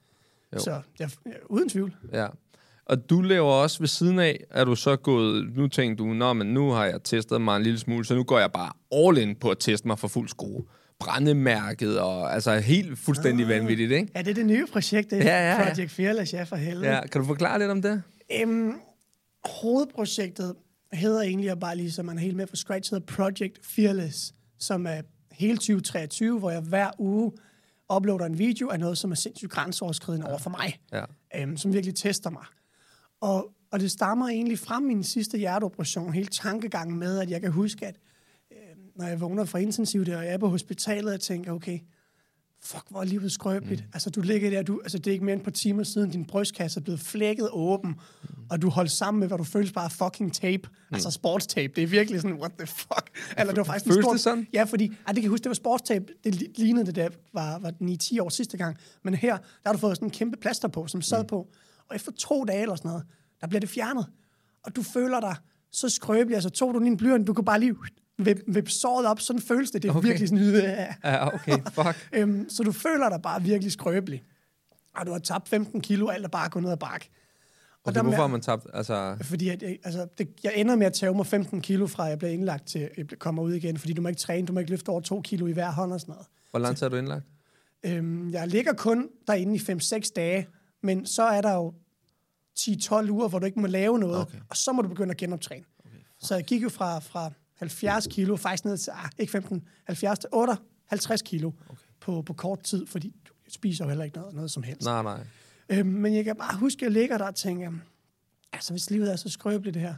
jo. Så ja, uden tvivl. Ja. Og du laver også ved siden af, er du så gået, nu tænkte du, nå, men nu har jeg testet mig en lille smule, så nu går jeg bare all in på at teste mig for fuld skrue. Brændemærket og altså helt fuldstændig ah, vanvittigt, ikke? Ja, det er det nye projekt, det er ja, ja, ja. Project Fearless, ja, for helvede. Ja, kan du forklare lidt om det? Øhm, hovedprojektet hedder egentlig, og bare lige så man er helt med fra scratch, hedder Project Fearless, som er hele tyve treogtyve, hvor jeg hver uge uploader en video af noget, som er sindssygt grænseoverskridende ja. over for mig, ja. øhm, som virkelig tester mig. Og, og det stammer egentlig fra min sidste hjerteoperation, hele tankegangen med, at jeg kan huske, at øh, når jeg vågner fra intensivt, og jeg er på hospitalet, jeg tænker, okay, fuck, hvor er livet skrøbeligt. Mm. Altså, du ligger der, du, altså, det er ikke mere end et par timer siden, din brystkasse er blevet flækket åben, mm. og du holdt sammen med, hvad du føles bare fucking tape. Mm. Altså, sportstape. Det er virkelig sådan, what the fuck? Eller, det var faktisk Føles en stor... det sådan? Ja, fordi, ah, det kan jeg huske, det var sportstape. Det lignede det, der var, var ni ti år sidste gang. Men her, der har du fået sådan en kæmpe plaster på, som sad mm. på. Og efter to dage eller sådan noget, der bliver det fjernet. Og du føler dig så skrøbelig. Altså, tog du din blyant, du kunne bare lige vippe vip såret op. Sådan føles det. Det er okay. virkelig sådan... Ja, ja okay, fuck. øhm, så du føler dig bare virkelig skrøbelig. Og du har tabt femten kilo, alt er bare gået ned ad bakke. Og okay, hvorfor har man tabt? Altså... Fordi at, altså, det, jeg ender med at tage mig femten kilo fra, jeg bliver indlagt til, jeg kommer ud igen. Fordi du må ikke træne, du må ikke løfte over to kilo i hver hånd og sådan noget. Hvor lang tid er du indlagt? Øhm, jeg ligger kun derinde i fem seks dage. Men så er der jo ti tolv uger, hvor du ikke må lave noget, okay. og så må du begynde at genoptræne. Okay, så jeg gik jo fra, fra halvfjerds kilo, faktisk ned til, ah, ikke femten, halvfjerds til otteoghalvtreds kilo okay. på, på kort tid, fordi du spiser jo heller ikke noget, noget som helst. Nej, nej. Øhm, men jeg kan bare huske, at jeg ligger der og tænker, altså hvis livet er så skrøbeligt det her,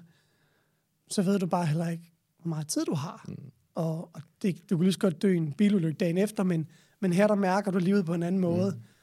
så ved du bare heller ikke, hvor meget tid du har. Mm. Og, og det, du kan lige så godt dø en bilulykke dagen efter, men, men her der mærker du livet på en anden måde. Mm.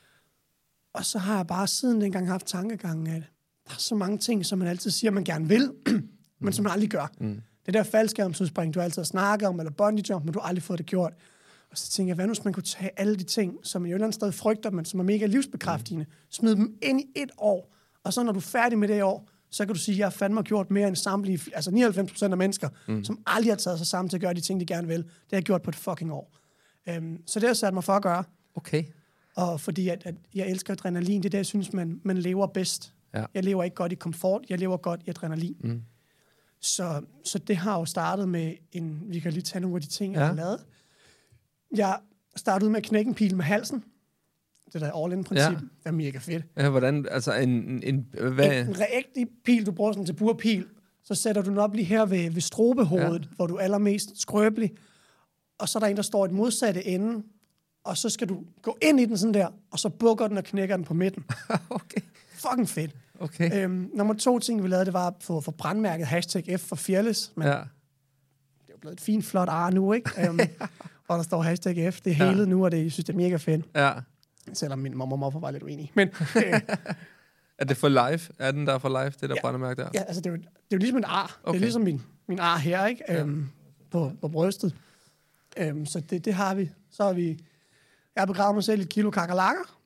Og så har jeg bare siden dengang haft tankegangen, at der er så mange ting, som man altid siger, man gerne vil, men mm. som man aldrig gør. Mm. Det der faldskærmsudspring, du altid har snakket om, eller bungee jump, men du har aldrig fået det gjort. Og så tænker jeg, hvad nu hvis man kunne tage alle de ting, som man jo et eller andet sted frygter, men som er mega livsbekræftende, mm. smide dem ind i et år, og så når du er færdig med det år, så kan du sige, at jeg har fandme gjort mere end samtlige, altså nioghalvfems procent af mennesker, mm. som aldrig har taget sig sammen til at gøre de ting, de gerne vil. Det har jeg gjort på et fucking år. Um, så det har jeg sat mig for at gøre. Okay. Og fordi at, at jeg elsker adrenalin, det er det, jeg synes, man, man lever bedst. Ja. Jeg lever ikke godt i komfort, jeg lever godt i adrenalin. Mm. Så, så det har jo startet med en, vi kan lige tage nogle af de ting, ja. jeg har lavet. Jeg startede ud med at knække en pil med halsen. Det der all-in-princip, ja. det er mega fedt. Ja, hvordan, altså en... En, en, hvad? en, en rigtig pil, du bruger sådan til burpil, så sætter du den op lige her ved, ved strobehovedet, ja. hvor du er allermest skrøbelig. Og så er der en, der står i den modsatte ende, og så skal du gå ind i den sådan der, og så bukker den og knækker den på midten. Okay. Fucking fedt. Okay. Øhm, nummer to ting, vi lavede, det var for, for brandmærket hashtag F for Fearless. Men ja. det er jo blevet et fint, flot ar nu, ikke? Um, og der står hashtag F. Det er ja. helet nu, og det, jeg synes, det er mega fedt. Ja. Selvom min mor og morfar var lidt uenige. Men, øh, er det for live? Er den der for live, det der ja. brandmærke der? Ja, altså det er jo, det er jo ligesom en ar. Okay. Det er ligesom min, min ar her, ikke? Ja. Øhm, på, på brystet. Øhm, så det, det har vi. Så har vi... Jeg har begravet mig selv i et kilo kakalakker.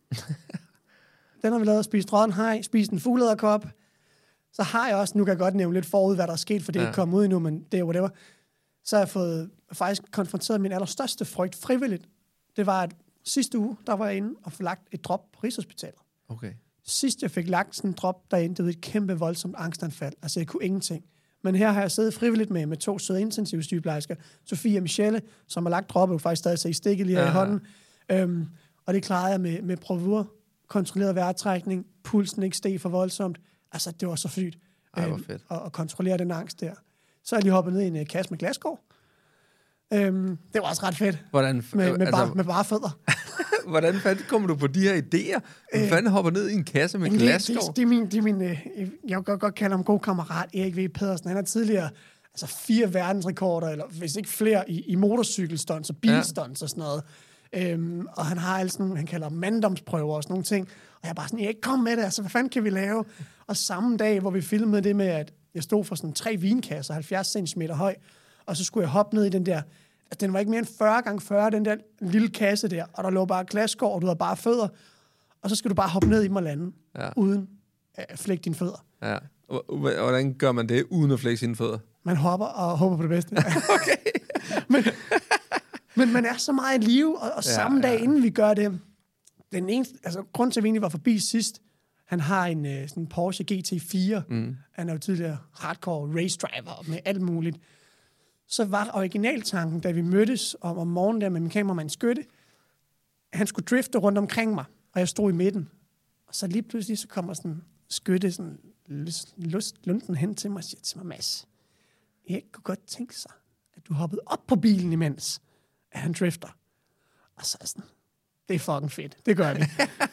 Den har vi lavet, spist rådden haj, spist en fuglederkop. Så har jeg også, nu kan jeg godt nævne lidt forud, hvad der er sket, for det er ja. ikke kommet ud endnu, men det er whatever. Så har jeg fået faktisk konfronteret min allerstørste frygt frivilligt. Det var, at Sidste uge, der var jeg inde og fik lagt et drop på Rigshospitalet. Okay. Sidst jeg fik lagt sådan en drop derinde, det var et kæmpe voldsomt angstanfald. Altså, jeg kunne ingenting. Men her har jeg siddet frivilligt med, med to søde intensivsygeplejersker, Sofie og Michelle, som har lagt droppet, faktisk stadig så i stikket lige her ja. i hånden. Øhm, og det klarede jeg med, med bravur, kontrolleret vejrtrækning, pulsen ikke steg for voldsomt. Altså, det var så fedt. Ej, hvor fedt. Øhm, at, at kontrollere den angst der. Så er jeg lige hoppet ned i en uh, kasse med glasskår. Øhm, det var også ret fedt. Hvordan, med, med, altså, bare, med bare fødder. Hvordan fanden kommer du på de her idéer? Hvordan øh, fanden hopper ned i en kasse med glasskår? Det, det, det er min, det er min øh, jeg kan godt kalde ham god kammerat, Erik V. Pedersen. Han har tidligere altså fire verdensrekorder, eller hvis ikke flere, i, i motorcykelstunts og bilstunts ja. og sådan noget. Øhm, og han har alle sådan, han kalder manddomsprøver og sådan nogle ting. Og jeg er bare sådan, jeg ikke kom med det, altså hvad fanden kan vi lave? Og samme dag, hvor vi filmede det med, at jeg stod for sådan tre vinkasser, halvfjerds centimeter høj, og så skulle jeg hoppe ned i den der, altså den var ikke mere end fyrre gange fyrre, den der lille kasse der, og der lå bare glasskår, og du havde bare fødder, og så skal du bare hoppe ned i dem og lande, ja. uden at flække dine fødder. Ja. Hvordan gør man det, uden at flække sine fødder? Man hopper og håber på det bedste. Okay. men, men man er så meget i live, og, og ja, samme dag, ja. inden vi gør det, den eneste, altså grund til, at vi egentlig var forbi sidst, han har en uh, sådan Porsche G T fire. Mm. Han er jo tidligere hardcore race driver med alt muligt. Så var originaltanken, da vi mødtes om, om morgenen der med min kameramand Skytte, han skulle drifte rundt omkring mig, og jeg stod i midten. Og så lige pludselig, så kommer sådan Skytte sådan lust, lust, lunden hen til mig og siger til mig, Mads, jeg kunne godt tænke sig, at du hoppede op på bilen imens, at han drifter. Og så er sådan, det er fucking fedt, det gør det.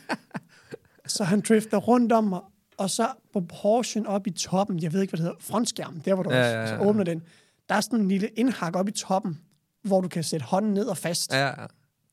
Så han drifter rundt om mig, og så på Porschen op i toppen, jeg ved ikke, hvad det hedder, frontskærmen, der hvor du ja, også, ja, ja. Så åbner den. Der er sådan en lille indhak op i toppen, hvor du kan sætte hånden ned og fast. Ja, ja.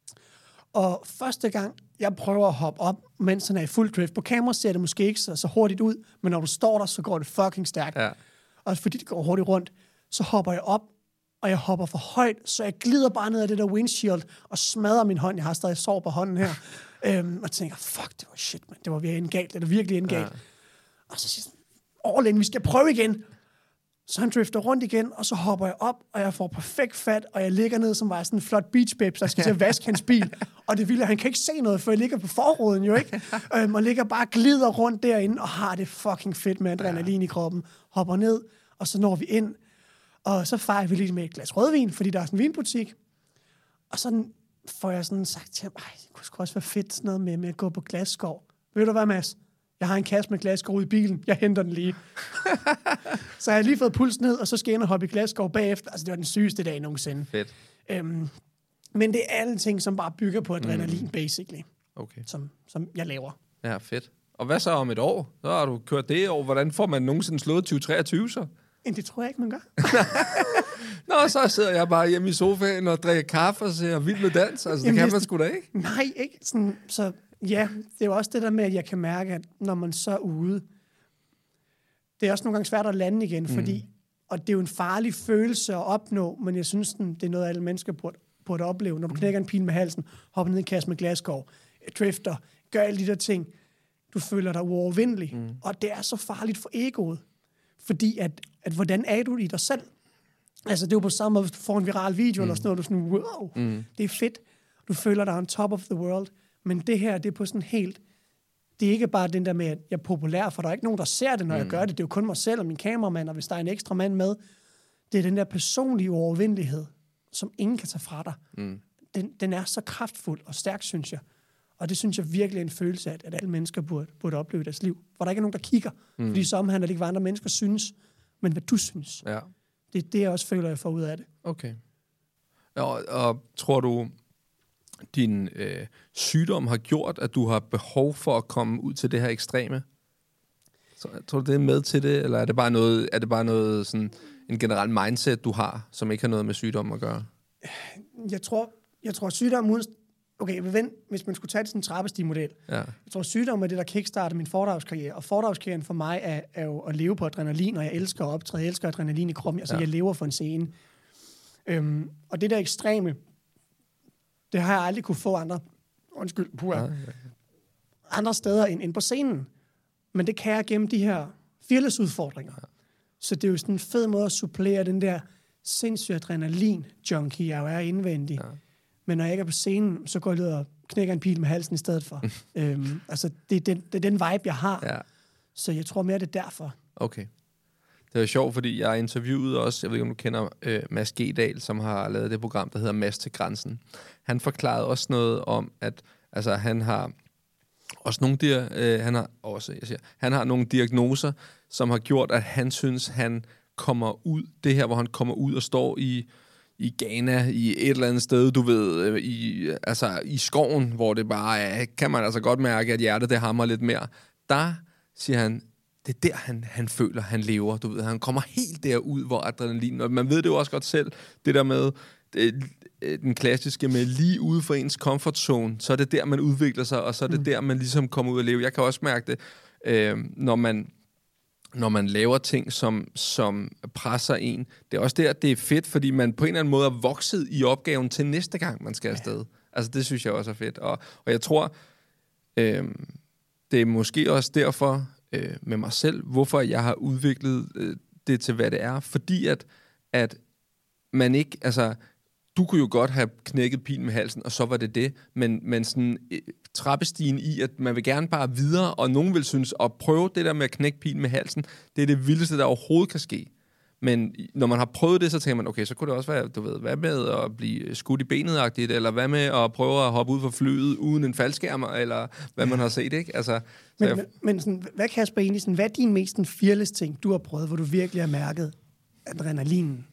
Og første gang, jeg prøver at hoppe op, mens han er i fuld drift, på kamera ser det måske ikke så, så hurtigt ud, men når du står der, så går det fucking stærkt. Ja. Og fordi det går hurtigt rundt, så hopper jeg op, og jeg hopper for højt, så jeg glider bare ned af det der windshield, og smadrer min hånd. Jeg har stadig sår på hånden her. øhm, og tænker, fuck, det var shit, man. Det var virkelig galt. Det var virkelig indgalt. Ja. Og så siger jeg, all in, vi skal prøve igen. Så han drifter rundt igen, og så hopper jeg op, og jeg får perfekt fat, og jeg ligger ned, som var sådan en flot beach babe, så jeg skal til at vaske hans bil. Og det vilde, han kan ikke se noget, for jeg ligger på forruden jo, ikke? øhm, og ligger bare glider rundt derinde, og har det fucking fedt med adrenalin i kroppen. Hopper ned, og så når vi ind, og så fejrer vi lige med et glas rødvin, fordi der er sådan en vinbutik. Og så får jeg sådan sagt til ham, ej, det kunne sgu også være fedt sådan noget med, med at gå på glasskov. Ved du hvad, Mads? Jeg har en kasse med glasskov ude i bilen. Jeg henter den lige. Så jeg har lige fået pulsen ned, og så skal jeg ind og hoppe i glasskov bagefter. Altså, det var den sygeste dag nogensinde. Fedt. Øhm, men det er alle ting, som bare bygger på adrenalin, mm. basically. Okay. Som, som jeg laver. Ja, fedt. Og hvad så om et år? Så har du kørt det år. Hvordan får man nogensinde slået tyve treogtyve så? Det tror jeg ikke, man gør. Nå, så sidder jeg bare hjemme i sofaen og drikker kaffe og ser Vild med Dans. Altså, det kan man sgu da ikke. Nej, ikke. Sådan, så ja, det er jo også det der med, at jeg kan mærke, at når man så er ude, det er også nogle gange svært at lande igen, fordi, mm. og det er jo en farlig følelse at opnå, men jeg synes, det er noget, alle mennesker burde, burde opleve. Når du knækker en pil med halsen, hopper ned i en kasse med glasskov, drifter, gør alle de der ting, du føler dig uovervindelig. Mm. Og det er så farligt for egoet. Fordi at, at hvordan er du i dig selv? Altså, det er jo på samme måde, hvis du får en viral video, mm. eller sådan noget, du er sådan, wow, mm. det er fedt. Du føler dig on top of the world. Men det her, det er på sådan helt, det er ikke bare den der med, at jeg er populær, for der er ikke nogen, der ser det, når mm. jeg gør det. Det er jo kun mig selv og min kameramand, og hvis der er en ekstra mand med. Det er den der personlige uovervindelighed, som ingen kan tage fra dig. Mm. Den, den er så kraftfuld og stærk, synes jeg. Og det synes jeg virkelig er en følelse af, at alle mennesker burde, burde opleve i deres liv. Hvor der ikke er nogen, der kigger. Mm. Fordi så omhandler det ikke, hvad andre mennesker synes, men hvad du synes. Ja. Det er det, jeg også føler, jeg får ud af det. Okay. Ja, og, og tror du, din øh, sygdom har gjort, at du har behov for at komme ud til det her ekstreme? Så, tror du, det er med til det, eller er det bare noget, er det bare noget sådan en generel mindset, du har, som ikke har noget med sygdom at gøre? Jeg tror, jeg tror sygdom uden... Okay, jeg vil vente, hvis man skulle tage det sådan en trappestigemodel. Ja. Jeg tror, sygdom er det, der kickstarter min foredragskarriere. Og foredragskarrieren for mig er, er jo at leve på adrenalin, og jeg elsker at optræde. Jeg elsker adrenalin i kroppen. Altså, ja. Jeg lever for en scene. Øhm, og det der ekstreme, det har jeg aldrig kunne få andre, undskyld, puha, ja, ja, ja. andre steder end, end på scenen. Men det kan jeg gennem de her fearless-udfordringer. Ja. Så det er jo sådan en fed måde at supplere den der sindssyge adrenalin-junkie, jeg jo er indvendig. Ja. Men når jeg ikke er på scenen, så går jeg ud og knækker en pil med halsen i stedet for. øhm, altså, det er, den, det er den vibe, jeg har. Ja. Så jeg tror mere, det er derfor. Okay. Det er sjovt, fordi jeg interviewede også, jeg ved ikke, om du kender øh, Mads Gedal, som har lavet det program, der hedder Mads til grænsen. Han forklarede også noget om, at altså, han har også nogle der, øh, han har også, jeg siger, han har nogle diagnoser, som har gjort, at han synes, han kommer ud, det her, hvor han kommer ud og står i i Ghana, i et eller andet sted, du ved, i, altså i skoven, hvor det bare er, kan man altså godt mærke, at hjertet det hammer lidt mere. Der siger han, det er der, han, han føler, han lever, du ved. Han kommer helt derud, hvor adrenalin, og man ved det jo også godt selv, det der med, det, den klassiske med lige ude for ens comfort zone, så er det der, man udvikler sig, og så er det mm. der, man ligesom kommer ud og leve. Jeg kan også mærke det, øh, når man når man laver ting, som, som presser en. Det er også der, det er fedt, fordi man på en eller anden måde er vokset i opgaven til næste gang, man skal afsted. Ja. Altså, det synes jeg også er fedt. Og, og jeg tror, øh, det er måske også derfor øh, med mig selv, hvorfor jeg har udviklet øh, det til, hvad det er. Fordi at, at man ikke, altså, du kunne jo godt have knækket pilen med halsen, og så var det det. Men, men sådan øh, trappestigen i, at man vil gerne bare videre, og nogen vil synes, at prøve det der med at knække pilen med halsen, det er det vildeste, der overhovedet kan ske. Men når man har prøvet det, så tænker man, okay, så kunne det også være, du ved, hvad med at blive skudt i benet-agtigt, eller hvad med at prøve at hoppe ud fra flyet uden en faldskærm, eller hvad man har set, ikke? Altså, men jeg... men, men sådan, hvad, Kasper, egentlig, sådan, hvad er din mest fearless ting, du har prøvet, hvor du virkelig har mærket adrenalinen?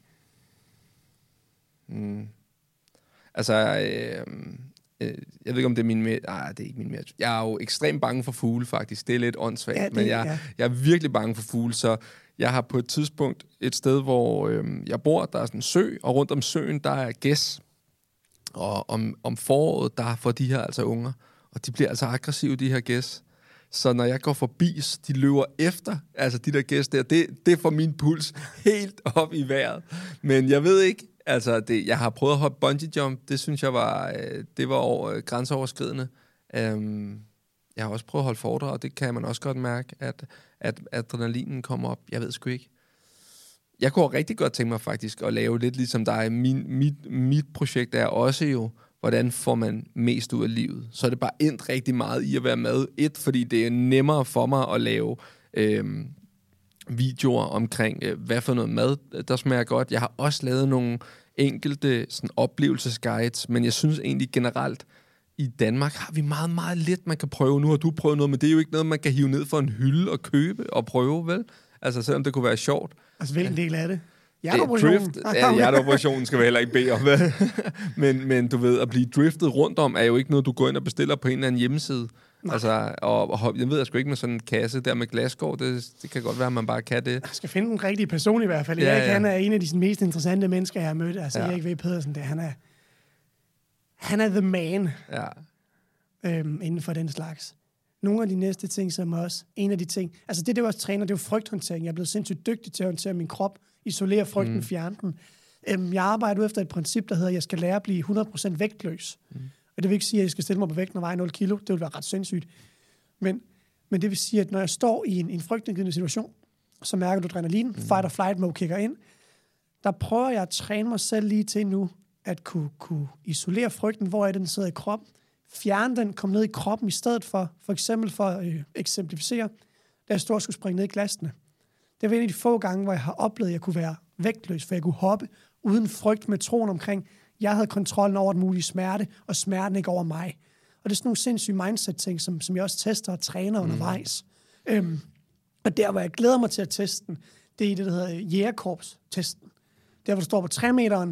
Mm. Altså, øh, øh, jeg ved ikke, om det er min mere... Nej, det er ikke min mere... Jeg er jo ekstremt bange for fugle, faktisk. Det er lidt åndssvagt, ja, det, men jeg, ja. jeg er virkelig bange for fugle, så jeg har på et tidspunkt et sted, hvor øh, jeg bor, der er sådan en sø, og rundt om søen, der er gæs. Og om, om foråret, der får de her altså unger, og de bliver altså aggressive, de her gæs. Så når jeg går forbi, de løber efter, altså de der gæs der, det, det får min puls helt op i vejret. Men jeg ved ikke, altså det, jeg har prøvet at hoppe bungee jump, det synes jeg var, det var over, grænseoverskridende. Um, jeg har også prøvet at holde foredrag, og det kan man også godt mærke, at, at adrenalinen kommer op. Jeg ved sgu ikke. Jeg kunne rigtig godt tænke mig faktisk at lave lidt ligesom dig. Min, mit, mit projekt er også jo, hvordan får man mest ud af livet. Så er det bare endt rigtig meget i at være med. Et, fordi det er nemmere for mig at lave øh, videoer omkring, øh, hvad for noget mad, der smager godt. Jeg har også lavet nogle enkelte sådan, oplevelsesguides, men jeg synes egentlig generelt, i Danmark har vi meget, meget lidt, man kan prøve. Nu har du prøvet noget, men det er jo ikke noget, man kan hive ned for en hylde og købe og prøve, vel? Altså, selvom det kunne være sjovt. Altså, hvilken del af det? Hjerteoperationen. Ja, hjerteoperationen skal vi heller ikke bede om. men, men du ved, at blive driftet rundt om, er jo ikke noget, du går ind og bestiller på en eller anden hjemmeside. Nej. Altså, og, og jeg ved jeg sgu ikke med sådan en kasse der med glasskår, det, det kan godt være, at man bare kan det. Jeg skal finde den rigtige person i hvert fald. Ja, Erik, ja. Han er en af de sådan, mest interessante mennesker, jeg har mødt. Altså, ja. Erik V. Pedersen, det, han er han er the man ja. øhm, inden for den slags. Nogle af de næste ting, som også, en af de ting, altså det, det var også træner, det var frygthåndtering. Jeg er blevet sindssygt dygtig til at håndtere min krop, isolere frygten, mm. fjerne den. Øhm, jeg arbejder efter et princip, der hedder, at jeg skal lære at blive hundrede procent vægtløs. Mm. Og det vil ikke sige, at jeg skal stille mig på vægten og veje nul kilo. Det vil være ret sindssygt. Men, men det vil sige, at når jeg står i en, en frygtindgivende situation, så mærker du adrenalin, mm. fight or flight mode kigger ind. Der prøver jeg at træne mig selv lige til nu, at kunne, kunne isolere frygten, hvor er den sidder i kroppen, fjerne den, komme ned i kroppen i stedet for, for eksempel for at øh, eksemplificere, da jeg stod og skulle springe ned i glasene. Det var en af de få gange, hvor jeg har oplevet, at jeg kunne være vægtløs, for jeg kunne hoppe uden frygt med troen omkring, jeg havde kontrollen over den mulige smerte, og smerten ikke over mig. Og det er sådan nogle sindssyge mindset-ting, som, som jeg også tester og træner mm. undervejs. Øhm, og der, hvor jeg glæder mig til at teste den, det er i det, der hedder jægerkorps-testen. Der, hvor du står på tre meteren,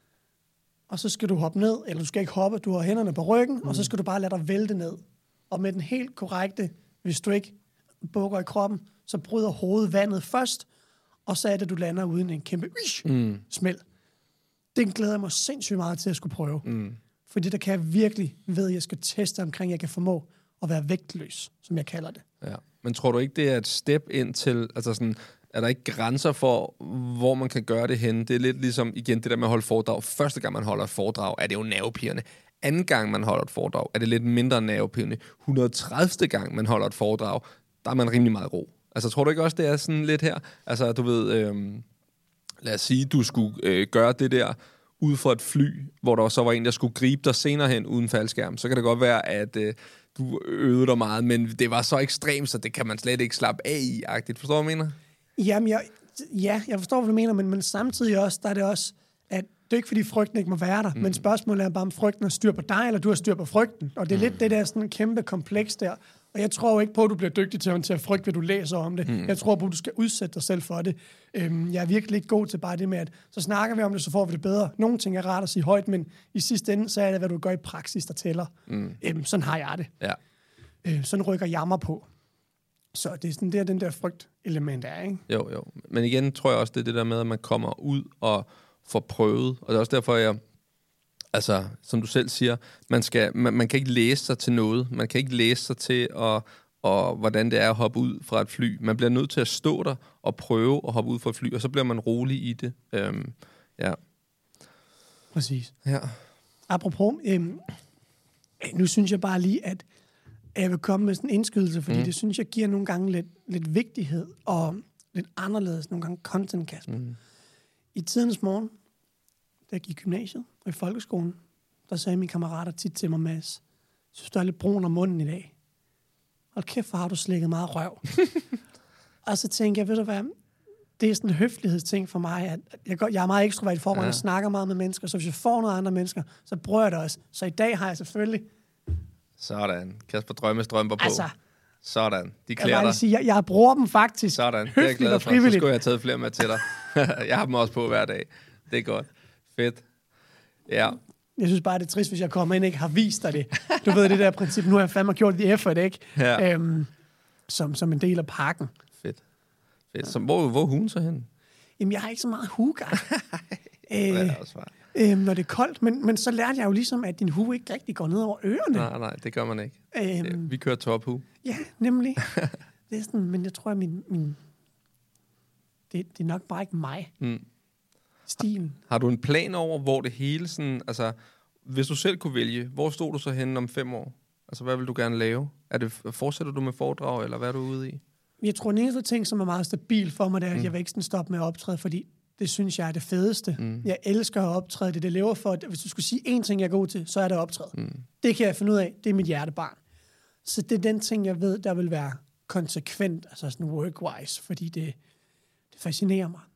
og så skal du hoppe ned, eller du skal ikke hoppe, du har hænderne på ryggen, mm. og så skal du bare lade dig vælte ned. Og med den helt korrekte, hvis du ikke bukker i kroppen, så bryder hovedet vandet først, og så er det, du lander uden en kæmpe ish, mm. smæld. Den glæder jeg mig sindssygt meget til at skulle prøve. Mm. Fordi der kan jeg virkelig ved, at jeg skal teste omkring, at jeg kan formå at være vægtløs, som jeg kalder det. Ja. Men tror du ikke, det er et step ind til, altså sådan, er der ikke grænser for, hvor man kan gøre det henne? Det er lidt ligesom, igen, det der med at holde foredrag. Første gang, man holder et foredrag, er det jo nervepirrende. Anden gang, man holder et foredrag, er det lidt mindre nervepirrende. et hundrede og tredivte gang, man holder et foredrag, der er man rimelig meget ro. Altså, tror du ikke også, det er sådan lidt her? Altså, du ved, øh, lad os sige, du skulle øh, gøre det der ude for et fly, hvor der så var en, der skulle gribe dig senere hen uden faldskærm, så kan det godt være, at øh, du øvede dig meget, men det var så ekstremt, så det kan man slet ikke slappe af i-agtigt. Forstår du, hvad jeg mener? Jamen, jeg, ja, jeg forstår, hvad du mener, men, men samtidig også, der er det også, at det er ikke, fordi frygten ikke må være der, mm. men spørgsmålet er bare, om frygten har styr på dig, eller du har styr på frygten. Og det er mm. lidt det der sådan kæmpe kompleks der. Og jeg tror ikke på, at du bliver dygtig til at håndtere frygt, ved du læser om det. Mm. Jeg tror på, at du skal udsætte dig selv for det. Øhm, jeg er virkelig ikke god til bare det med, at så snakker vi om det, så får vi det bedre. Nogle ting er rart at sige højt, men i sidste ende, så er det, hvad du gør i praksis, der tæller. Mm. Øhm, sådan har jeg det. Ja. Øh, sådan rykker jeg mig på. Så det er sådan der, den der frygt-element er, ikke? Jo, jo. Men igen tror jeg også, det er det der med, at man kommer ud og får prøvet. Og det er også derfor, jeg... Altså, som du selv siger, man, skal, man, man kan ikke læse sig til noget. Man kan ikke læse sig til, at, og, hvordan det er at hoppe ud fra et fly. Man bliver nødt til at stå der og prøve at hoppe ud fra et fly, og så bliver man rolig i det. Øhm, ja. Præcis. Ja. Apropos, øhm, nu synes jeg bare lige, at jeg vil komme med sådan en indskydelse, fordi mm. det synes jeg giver nogle gange lidt, lidt vigtighed og lidt anderledes nogle gange content, Kasper. Mm. I tidens morgen, da jeg gik i gymnasiet og i folkeskolen, der sagde mine kammerater tit til mig, Mads, synes du er lidt brun om munden i dag? Hold kæft, hvor har du slikket meget røv. Og så tænkte jeg, ved du hvad, det er sådan en høflighedsting for mig, at jeg, går, jeg er meget ekstrovert i forvejen, ja. Jeg snakker meget med mennesker, så hvis jeg får noget andre mennesker, så bruger jeg det også. Så i dag har jeg selvfølgelig... Sådan. Kasper Drømmestrømper på. Altså, sådan. De klæder dig. Sige, jeg, jeg bruger dem faktisk. Sådan. Det er jeg glad for. Så skulle jeg have taget flere med til dig. Jeg har dem også på hver dag. Det er godt. Fedt. Ja. Jeg synes bare, det er trist, hvis jeg kommer ind og ikke har vist dig det. Du ved det der princip, nu har jeg fandme gjort det effort, ikke? Ja. Øhm, som, som en del af pakken. Fedt. Fedt. Ja. Så, hvor, hvor er hun så hen? Jamen, jeg har ikke så meget hugar. det er også svært. Øhm, når det er koldt, men, men så lærte jeg jo ligesom, at din hue ikke rigtig går ned over ørerne. Nej, nej, det gør man ikke. Øhm, det, vi kører tophue. Ja, nemlig. Det er sådan, men jeg tror, at min, min det, det er nok bare ikke mig. Mm. Stilen. Har, har du en plan over, hvor det hele sådan, altså, hvis du selv kunne vælge, hvor stod du så henne om fem år? Altså, hvad vil du gerne lave? Er det, fortsætter du med foredrag, eller hvad er du ude i? Jeg tror, den eneste ting, som er meget stabil for mig, det er, at mm. jeg vil ikke sådan stoppe med at optræde, fordi det synes jeg er det fedeste. Mm. Jeg elsker at optræde, det er det lever for. Hvis du skulle sige én ting, jeg er god til, så er det at optræde. Mm. Det kan jeg finde ud af, det er mit hjertebarn. Så det er den ting, jeg ved, der vil være konsekvent, altså sådan work-wise, fordi det, det fascinerer mig.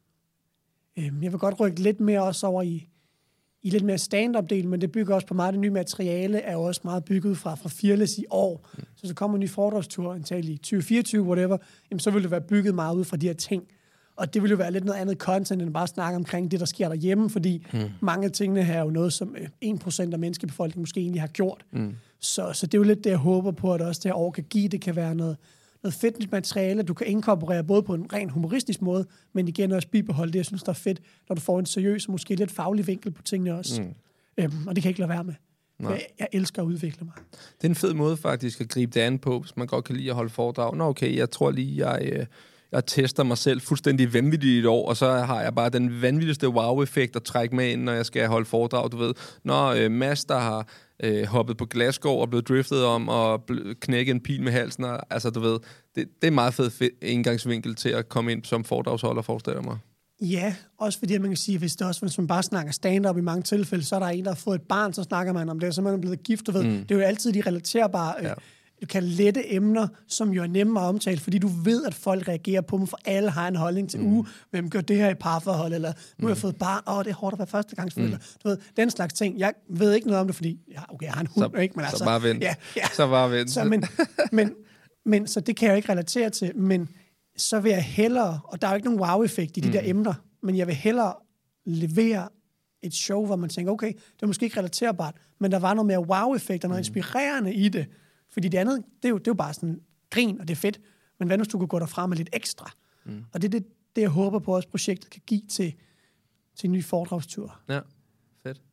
Øhm, jeg vil godt rykke lidt mere også over i, i lidt mere stand-up-del, men det bygger også på meget. Det nye materiale er jo også meget bygget fra, fra Fearless i år. Mm. Så så kommer en ny foredragstur, antagelig i tyve fireogtyve, whatever, jamen, så vil det være bygget meget ud fra de her ting. Og det vil jo være lidt noget andet content, end bare snakke omkring det, der sker derhjemme, fordi mm. mange af tingene her er jo noget, som en procent af menneskebefolkningen måske egentlig har gjort. Mm. Så, så det er jo lidt det, jeg håber på, at også det her år kan give. Det kan være noget, noget fedt nyt materiale, du kan inkorporere både på en ren humoristisk måde, men igen også bibeholde det, jeg synes, der er fedt, når du får en seriøs og måske lidt faglig vinkel på tingene også. Mm. Øhm, og det kan jeg ikke lade være med. Jeg, jeg elsker at udvikle mig. Det er en fed måde faktisk at gribe det an på, hvis man godt kan lide at holde foredrag. Nå okay, jeg tror lige, jeg... Øh Jeg tester mig selv fuldstændig vanvittigt i et år, og så har jeg bare den vanvittigste wow-effekt at trække med ind, når jeg skal holde foredrag, du ved. Når øh, Mads, der har øh, hoppet på Glasgow og blevet driftet om og knækket en pil med halsen, og, altså du ved, det, det er meget fed indgangsvinkel til at komme ind som foredragsholder, forestiller mig. Ja, også fordi man kan sige, hvis det også, hvis man bare snakker stand-up i mange tilfælde, så er der en, der har fået et barn, så snakker man om det, så er man blevet gift, du ved. Mm. Det er jo altid de relaterbare... Øh, ja. Du kan lette emner, som jo er nemmere at omtale, fordi du ved, at folk reagerer på dem, for alle har en holdning til, mm. uh, hvem gør det her i parforhold, eller nu har jeg fået barn, åh, oh, det er hårdt at være førstegangsforælder. Mm. Du ved, den slags ting. Jeg ved ikke noget om det, fordi, ja, okay, jeg har en hund, så, ikke? Men så altså, bare vent. Ja, ja. Så bare vent. Så, men, men, men, så det kan jeg jo ikke relatere til, men så vil jeg hellere, og der er jo ikke nogen wow-effekt i de mm. der emner, men jeg vil hellere levere et show, hvor man tænker, okay, det er måske ikke relaterbart, men der var noget mere wow-effekt og noget mm. inspirerende i det. Fordi det andet, det er jo, det er jo bare sådan grin, og det er fedt. Men hvad hvis du kunne gå derfra med lidt ekstra? Mm. Og det er det, det, jeg håber på, at projektet kan give til, til en ny foredragstur. Ja, fedt.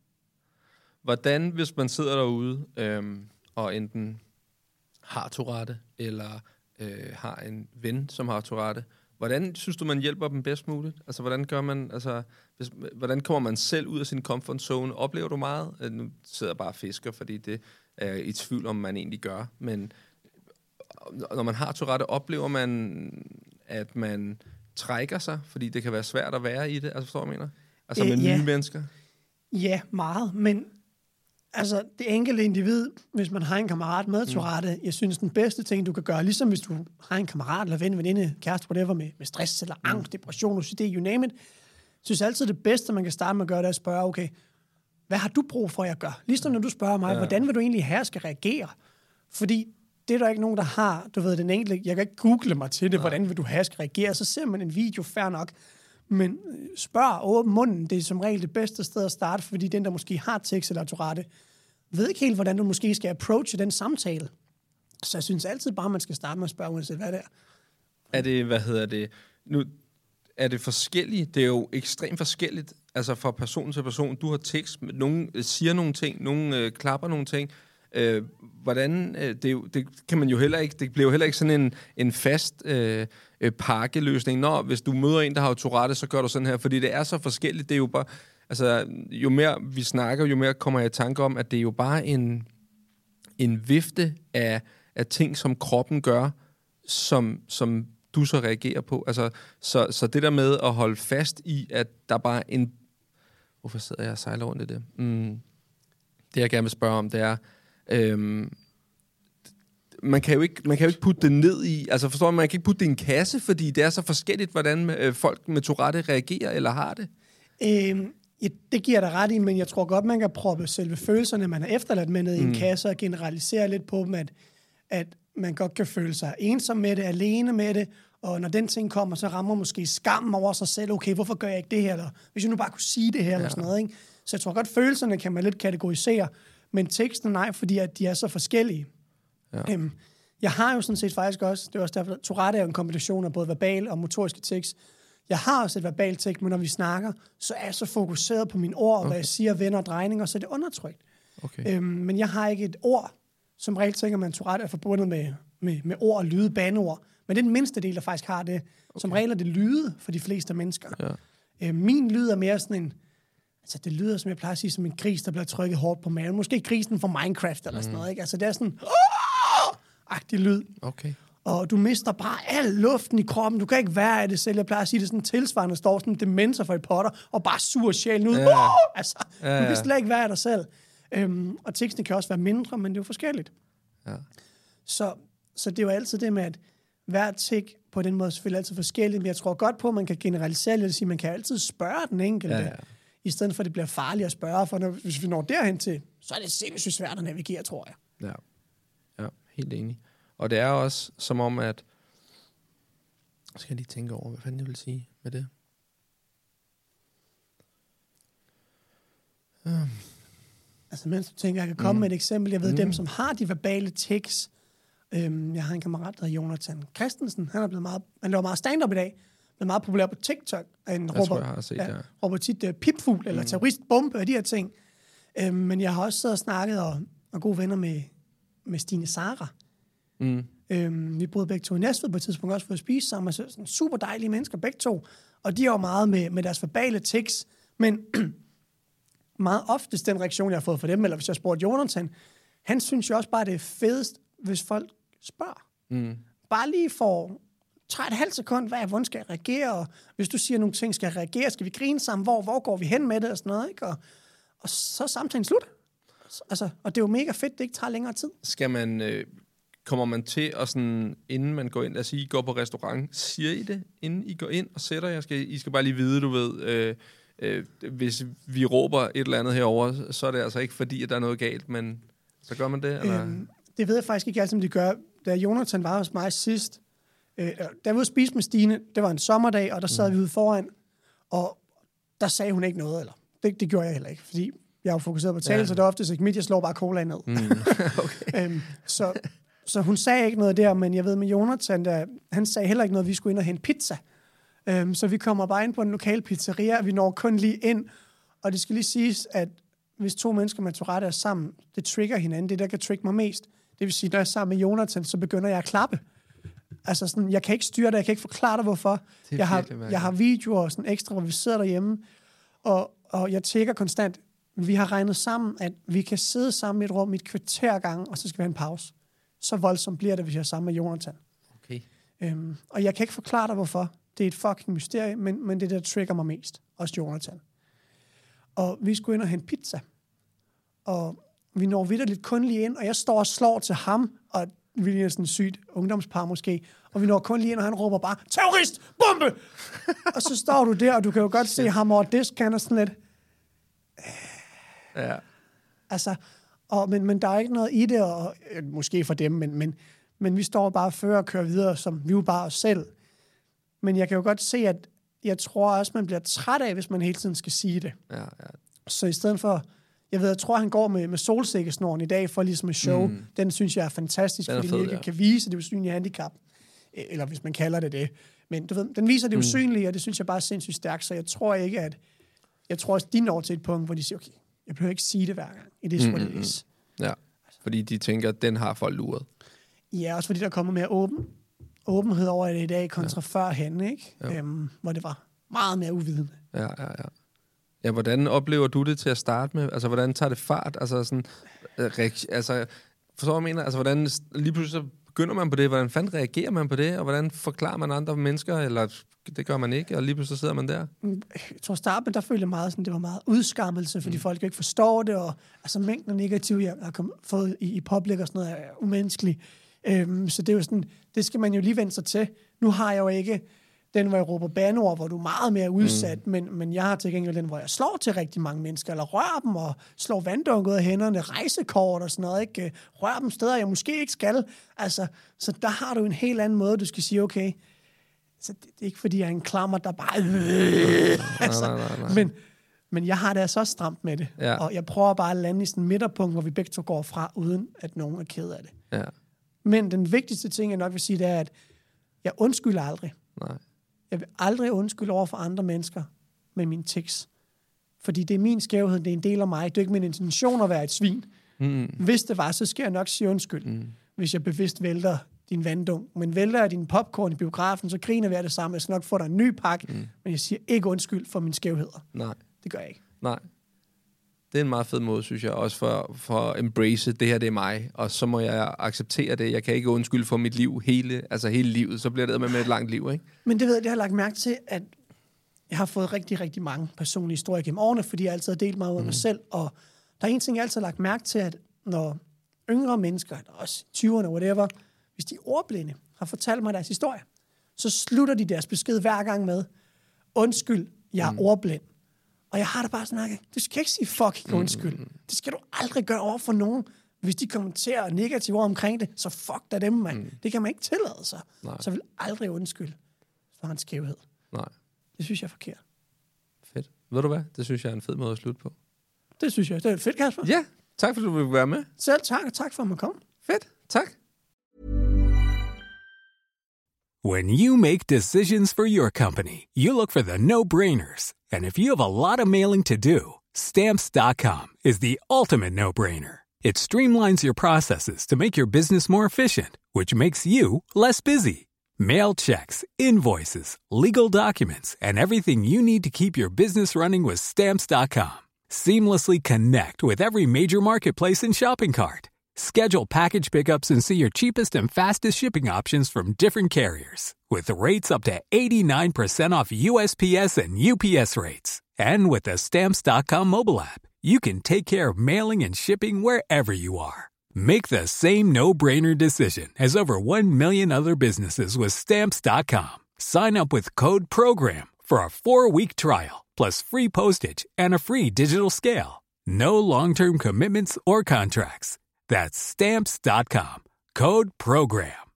Hvordan, hvis man sidder derude øhm, og enten har Tourette, eller øh, har en ven, som har Tourette, hvordan synes du, man hjælper dem bedst muligt? Altså, hvordan gør man, altså, hvis, hvordan kommer man selv ud af sin comfort zone? Oplever du meget? Nu sidder jeg bare og fisker, fordi det er i tvivl om, man egentlig gør. Men når man har Tourette, oplever man, at man trækker sig, fordi det kan være svært at være i det? Altså, forstår du, hvad jeg mener? Altså, med øh, ja. nye mennesker? Ja, meget, men altså det enkelte individ, hvis man har en kammerat med Tourette, mm. jeg synes, den bedste ting, du kan gøre, ligesom hvis du har en kammerat eller ven, veninde, kæreste, whatever, med, med stress eller angst, mm. depression, O C D, you name it, synes altid det bedste, man kan starte med at gøre, det er at spørge, okay, hvad har du brug for, at jeg gør? Ligesom når du spørger mig, ja. hvordan vil du egentlig have, at jeg skal reagere? Fordi det er der ikke nogen, der har, du ved, den enkelte, jeg kan ikke google mig til det, ja. hvordan vil du have, at jeg skal reagere? Så ser man en video, fair nok, men spørg åben munden, det er som regel det bedste sted at starte, fordi den, der måske har tics eller Tourette, ved ikke helt, hvordan du måske skal approache den samtale. Så jeg synes altid bare, man skal starte med at spørge, uanset hvad det er. Er det, hvad hedder det, nu er det forskelligt? Det er jo ekstremt forskelligt, altså fra person til person. Du har tics, nogen siger nogle ting, nogen øh, klapper nogle ting. Øh, hvordan, øh, det, jo, det kan man jo heller ikke, det bliver jo heller ikke sådan en, en fast øh, øh, pakkeløsning. Nå, hvis du møder en, der har Tourette, så gør du sådan her, fordi det er så forskelligt. Det er jo bare, altså, jo mere vi snakker, jo mere kommer jeg i tanke om, at det er jo bare en, en vifte af, af ting, som kroppen gør, som, som du så reagerer på. Altså, så, så det der med at holde fast i, at der bare er en... Hvorfor sidder jeg og sejler rundt i det? Mm. Det, jeg gerne vil spørge om, det er... Øhm, man, kan jo ikke, man kan jo ikke putte det ned i... Altså, forstår man, man kan ikke putte det i en kasse, fordi det er så forskelligt, hvordan øh, folk med Tourette reagerer eller har det. Øhm, ja, det giver dig ret i, men jeg tror godt, man kan proppe selve følelserne, man har efterladt med ned i mm. en kasse, og generalisere lidt på dem, at, at man godt kan føle sig ensom med det, alene med det, og når den ting kommer, så rammer måske skammen over sig selv. Okay, hvorfor gør jeg ikke det her? Eller hvis jeg nu bare kunne sige det her, ja. eller sådan noget, ikke? Så jeg tror godt, følelserne kan man lidt kategorisere, men teksten nej, fordi at de er så forskellige. Ja. Øhm, jeg har jo sådan set faktisk også, det er også derfor, Tourette er jo en kombination af både verbal og motoriske tekst. Jeg har også et verbalt tekst, men når vi snakker, så er jeg så fokuseret på mine ord, og okay. hvad jeg siger, vender og drejninger, så er det undertrykt. Okay. Øhm, men jeg har ikke et ord. Som regel tænker man, at Tourette er forbundet med, med, med ord og lyde, bandeord. Men det er den mindste del, der faktisk har det. Okay. Som regel er det lyde for de fleste mennesker. Ja. Øh, min lyd er mere sådan en... Altså, det lyder, som jeg plejer at sige, som en gris, der bliver trykket hårdt på maven. Måske grisen fra Minecraft eller mm. sådan noget, ikke? Altså, det er sådan... agtig lyd. Okay. Og du mister bare al luften i kroppen. Du kan ikke være af det selv. Jeg plejer at sige, det er sådan tilsvarende, står sådan en demenser for et potter, og bare suger sjælen ud. Ja. Uh! Altså, ja, ja. Du kan slet ikke være af dig selv. Øhm, og teksten kan også være mindre, men det er jo forskelligt. Ja. Så, så det er jo altid det med, at hver tik på den måde er selvfølgelig altid forskelligt, men jeg tror godt på, at man kan generalisere lidt og sige, at man kan altid spørge den enkelte, ja, ja. i stedet for, at det bliver farligt at spørge, for når, hvis vi når derhen til, så er det sindssygt svært at navigere, tror jeg. Ja, ja, helt enig. Og det er også som om, at... Jeg skal lige tænke over, hvad fanden jeg vil sige med det. Um. Altså, mens du tænker, jeg kan komme mm. med et eksempel. Jeg ved, mm. dem, som har de verbale tics. Øhm, jeg har en kammerat, der hedder Jonathan Christensen. Han er blevet meget, han laver meget stand-up i dag. Blevet meget populær på TikTok. Han jeg råber, tror, jeg har set, ja. ja. råber tit uh, pipfugl eller mm. terroristbombe og de her ting. Øhm, men jeg har også siddet og snakket og, og gode venner med, med Stine Sara. Mm. Øhm, vi boede begge to i Næstved på et tidspunkt også for at spise sammen. Så sådan super dejlige mennesker, begge to. Og de er jo meget med, med deres verbale tics. Men... meget oftest den reaktion, jeg har fået fra dem, eller hvis jeg spurgte Jonathan, han synes jo også bare, det er fedest, hvis folk spørger. Mm. Bare lige for tre et halvt sekund, hvad er, hvordan skal jeg reagere? Og hvis du siger nogle ting, skal jeg reagere? Skal vi grine sammen? Hvor, hvor går vi hen med det? Og sådan noget, ikke? Og, og så er samtalen slut. Altså, og det er jo mega fedt, det ikke tager længere tid. Skal man... Øh Kommer man til at sådan, inden man går ind, lad os sige, I går på restaurant, siger I det, inden I går ind og sætter jer? Skal, I skal bare lige vide, du ved... Øh, Øh, hvis vi råber et eller andet herover, så er det altså ikke fordi, at der er noget galt, men så gør man det? Eller? Øhm, det ved jeg faktisk ikke altid, om de gør. Da Jonathan var hos mig sidst, øh, da jeg var ude at spise med Stine, det var en sommerdag, og der sad mm. vi ude foran, og der sagde hun ikke noget, eller det, det gjorde jeg heller ikke, fordi jeg var fokuseret på tale, ja. så det er ofte ikke mit, jeg slår bare cola ned. Mm. Okay. øhm, så, så hun sagde ikke noget der, men jeg ved med Jonathan, der, han sagde heller ikke noget, vi skulle ind og hente pizza. Um, så vi kommer bare ind på en lokal pizzeria, vi når kun lige ind, og det skal lige siges, at hvis to mennesker med Tourette er sammen, det trigger hinanden, det der kan trigge mig mest. Det vil sige, når jeg er sammen med Jonathan, så begynder jeg at klappe. Altså sådan, jeg kan ikke styre det, jeg kan ikke forklare dig, hvorfor. Jeg har, jeg har videoer sådan ekstra, hvor vi sidder derhjemme, og, og jeg tjekker konstant. Vi har regnet sammen, at vi kan sidde sammen i et rum i et kvarter gang, og så skal vi have en pause. Så voldsomt bliver det, hvis jeg er sammen med Jonathan. Okay. Um, og jeg kan ikke forklare dig, hvorfor. Det er et fucking mysterie, men, men det der trigger mig mest. Også Jonathan. og vi skulle ind og hente pizza. Og vi når vitterligt kun lige ind, og jeg står og slår til ham, og vi er sådan et sygt ungdomspar måske, og vi når kun lige ind, og han råber bare, terrorist, bombe! Og så står du der, og du kan jo godt se ham over disken, og sådan lidt. Ja. Altså, og, men, men der er ikke noget i det, og, måske for dem, men, men, men vi står bare før og kører videre, som vi jo bare os selv. Men jeg kan jo godt se, at jeg tror også, man bliver træt af, hvis man hele tiden skal sige det. Ja, ja. Så i stedet for, jeg ved, jeg tror, han går med, med solsikkesnoren i dag for ligesom et show. Mm. Den synes jeg er fantastisk, er fordi fed, den ikke ja. kan vise det usynlige handicap. Eller hvis man kalder det det. Men du ved, den viser det usynlige, mm. og det synes jeg bare er sindssygt stærkt. Så jeg tror ikke, at... Jeg tror også, de når til et punkt, hvor de siger, okay, jeg behøver ikke sige det hver gang. It is what it is. Ja, fordi de tænker, at den har folk luret. Ja, også fordi der kommer mere åben, åbenhed over det i dag, kontra ja. førhen, ikke? Øhm, hvor det var meget mere uvidende. Ja, ja, ja. Ja, hvordan oplever du det til at starte med? Altså, hvordan tager det fart? Altså, sådan, altså, forstår jeg mener? Altså, hvordan lige pludselig så begynder man på det? Hvordan fanden reagerer man på det? Og hvordan forklarer man andre mennesker? Eller det gør man ikke, og lige pludselig sidder man der? Jeg tror, starte med, der følte jeg meget sådan, det var meget udskammelse, fordi mm. folk ikke forstår det, og altså mængden af negativ, jeg har kommet, fået i, i public og sådan noget, er umenneskelig. Øhm, så det er jo sådan, det skal man jo lige vende sig til. Nu har jeg jo ikke den, hvor jeg råber banord, hvor du er meget mere udsat, mm. men, men jeg har til gengæld den, hvor jeg slår til rigtig mange mennesker, eller rører dem, og slår vanddunker ud af hænderne, rejsekort og sådan noget, ikke? Rører dem steder, jeg måske ikke skal. Altså, så der har du en helt anden måde, du skal sige, okay, så det, det er ikke fordi, jeg er en klammer, der bare... Øh, altså, nej, nej, nej. Men, men jeg har det altså også stramt med det, ja. Og jeg prøver bare at lande i sådan en midterpunkt, hvor vi begge to går fra, uden at nogen er ked af det. Ja. Men den vigtigste ting, jeg nok vil sige, det er, at jeg undskylder aldrig. Nej. Jeg vil aldrig undskylde over for andre mennesker med min tekst. Fordi det er min skævhed, det er en del af mig. Det er ikke min intention at være et svin. Mm. Hvis det var, så skal jeg nok sige undskyld. Mm. Hvis jeg bevidst vælter din vanddunk. Men vælter jeg din popcorn i biografen, så griner vi af det samme. Jeg skal nok få dig en ny pakke. Mm. Men jeg siger ikke undskyld for mine skævheder. Nej. Det gør jeg ikke. Nej. Det er en meget fed måde, synes jeg, også for, for at embrace, det her, det er mig, og så må jeg acceptere det. Jeg kan ikke undskylde for mit liv, hele, altså hele livet, så bliver det med, med et langt liv, ikke? Men det ved jeg, det har lagt mærke til, at jeg har fået rigtig, rigtig mange personlige historier gennem årene, fordi jeg altid har delt mig ud af mm. mig selv, og der er en ting, jeg altid har lagt mærke til, at når yngre mennesker, eller også tyverne, whatever, hvis de ordblinde har fortalt mig deres historie, så slutter de deres besked hver gang med, undskyld, jeg er mm. ordblind. Og jeg har det bare sådan, du skal ikke sige fucking undskyld. Mm. Det skal du aldrig gøre over for nogen. Hvis de kommenterer negativt over omkring det, så fuck da dem, mand. Mm. Det kan man ikke tillade sig. Nej. Så vil aldrig undskylde for en skævhed. Nej. Det synes jeg er forkert. Fedt. Ved du hvad? Det synes jeg er en fed måde at slutte på. Det synes jeg. Det er fedt, Kasper. Ja, tak fordi du ville være med. Selv tak, og tak for at man kom. Fedt. Tak. When you make decisions for your company, you look for the no-brainers. And if you have a lot of mailing to do, Stamps dot com is the ultimate no-brainer. It streamlines your processes to make your business more efficient, which makes you less busy. Mail checks, invoices, legal documents, and everything you need to keep your business running with Stamps dot com. Seamlessly connect with every major marketplace and shopping cart. Schedule package pickups and see your cheapest and fastest shipping options from different carriers. With rates up to eighty-nine percent off U S P S and U P S rates. And with the Stamps dot com mobile app, you can take care of mailing and shipping wherever you are. Make the same no-brainer decision as over one million other businesses with Stamps dot com. Sign up with code PROGRAM for a four-week trial, plus free postage and a free digital scale. No long-term commitments or contracts. That's Stamps dot com. Code PROGRAM.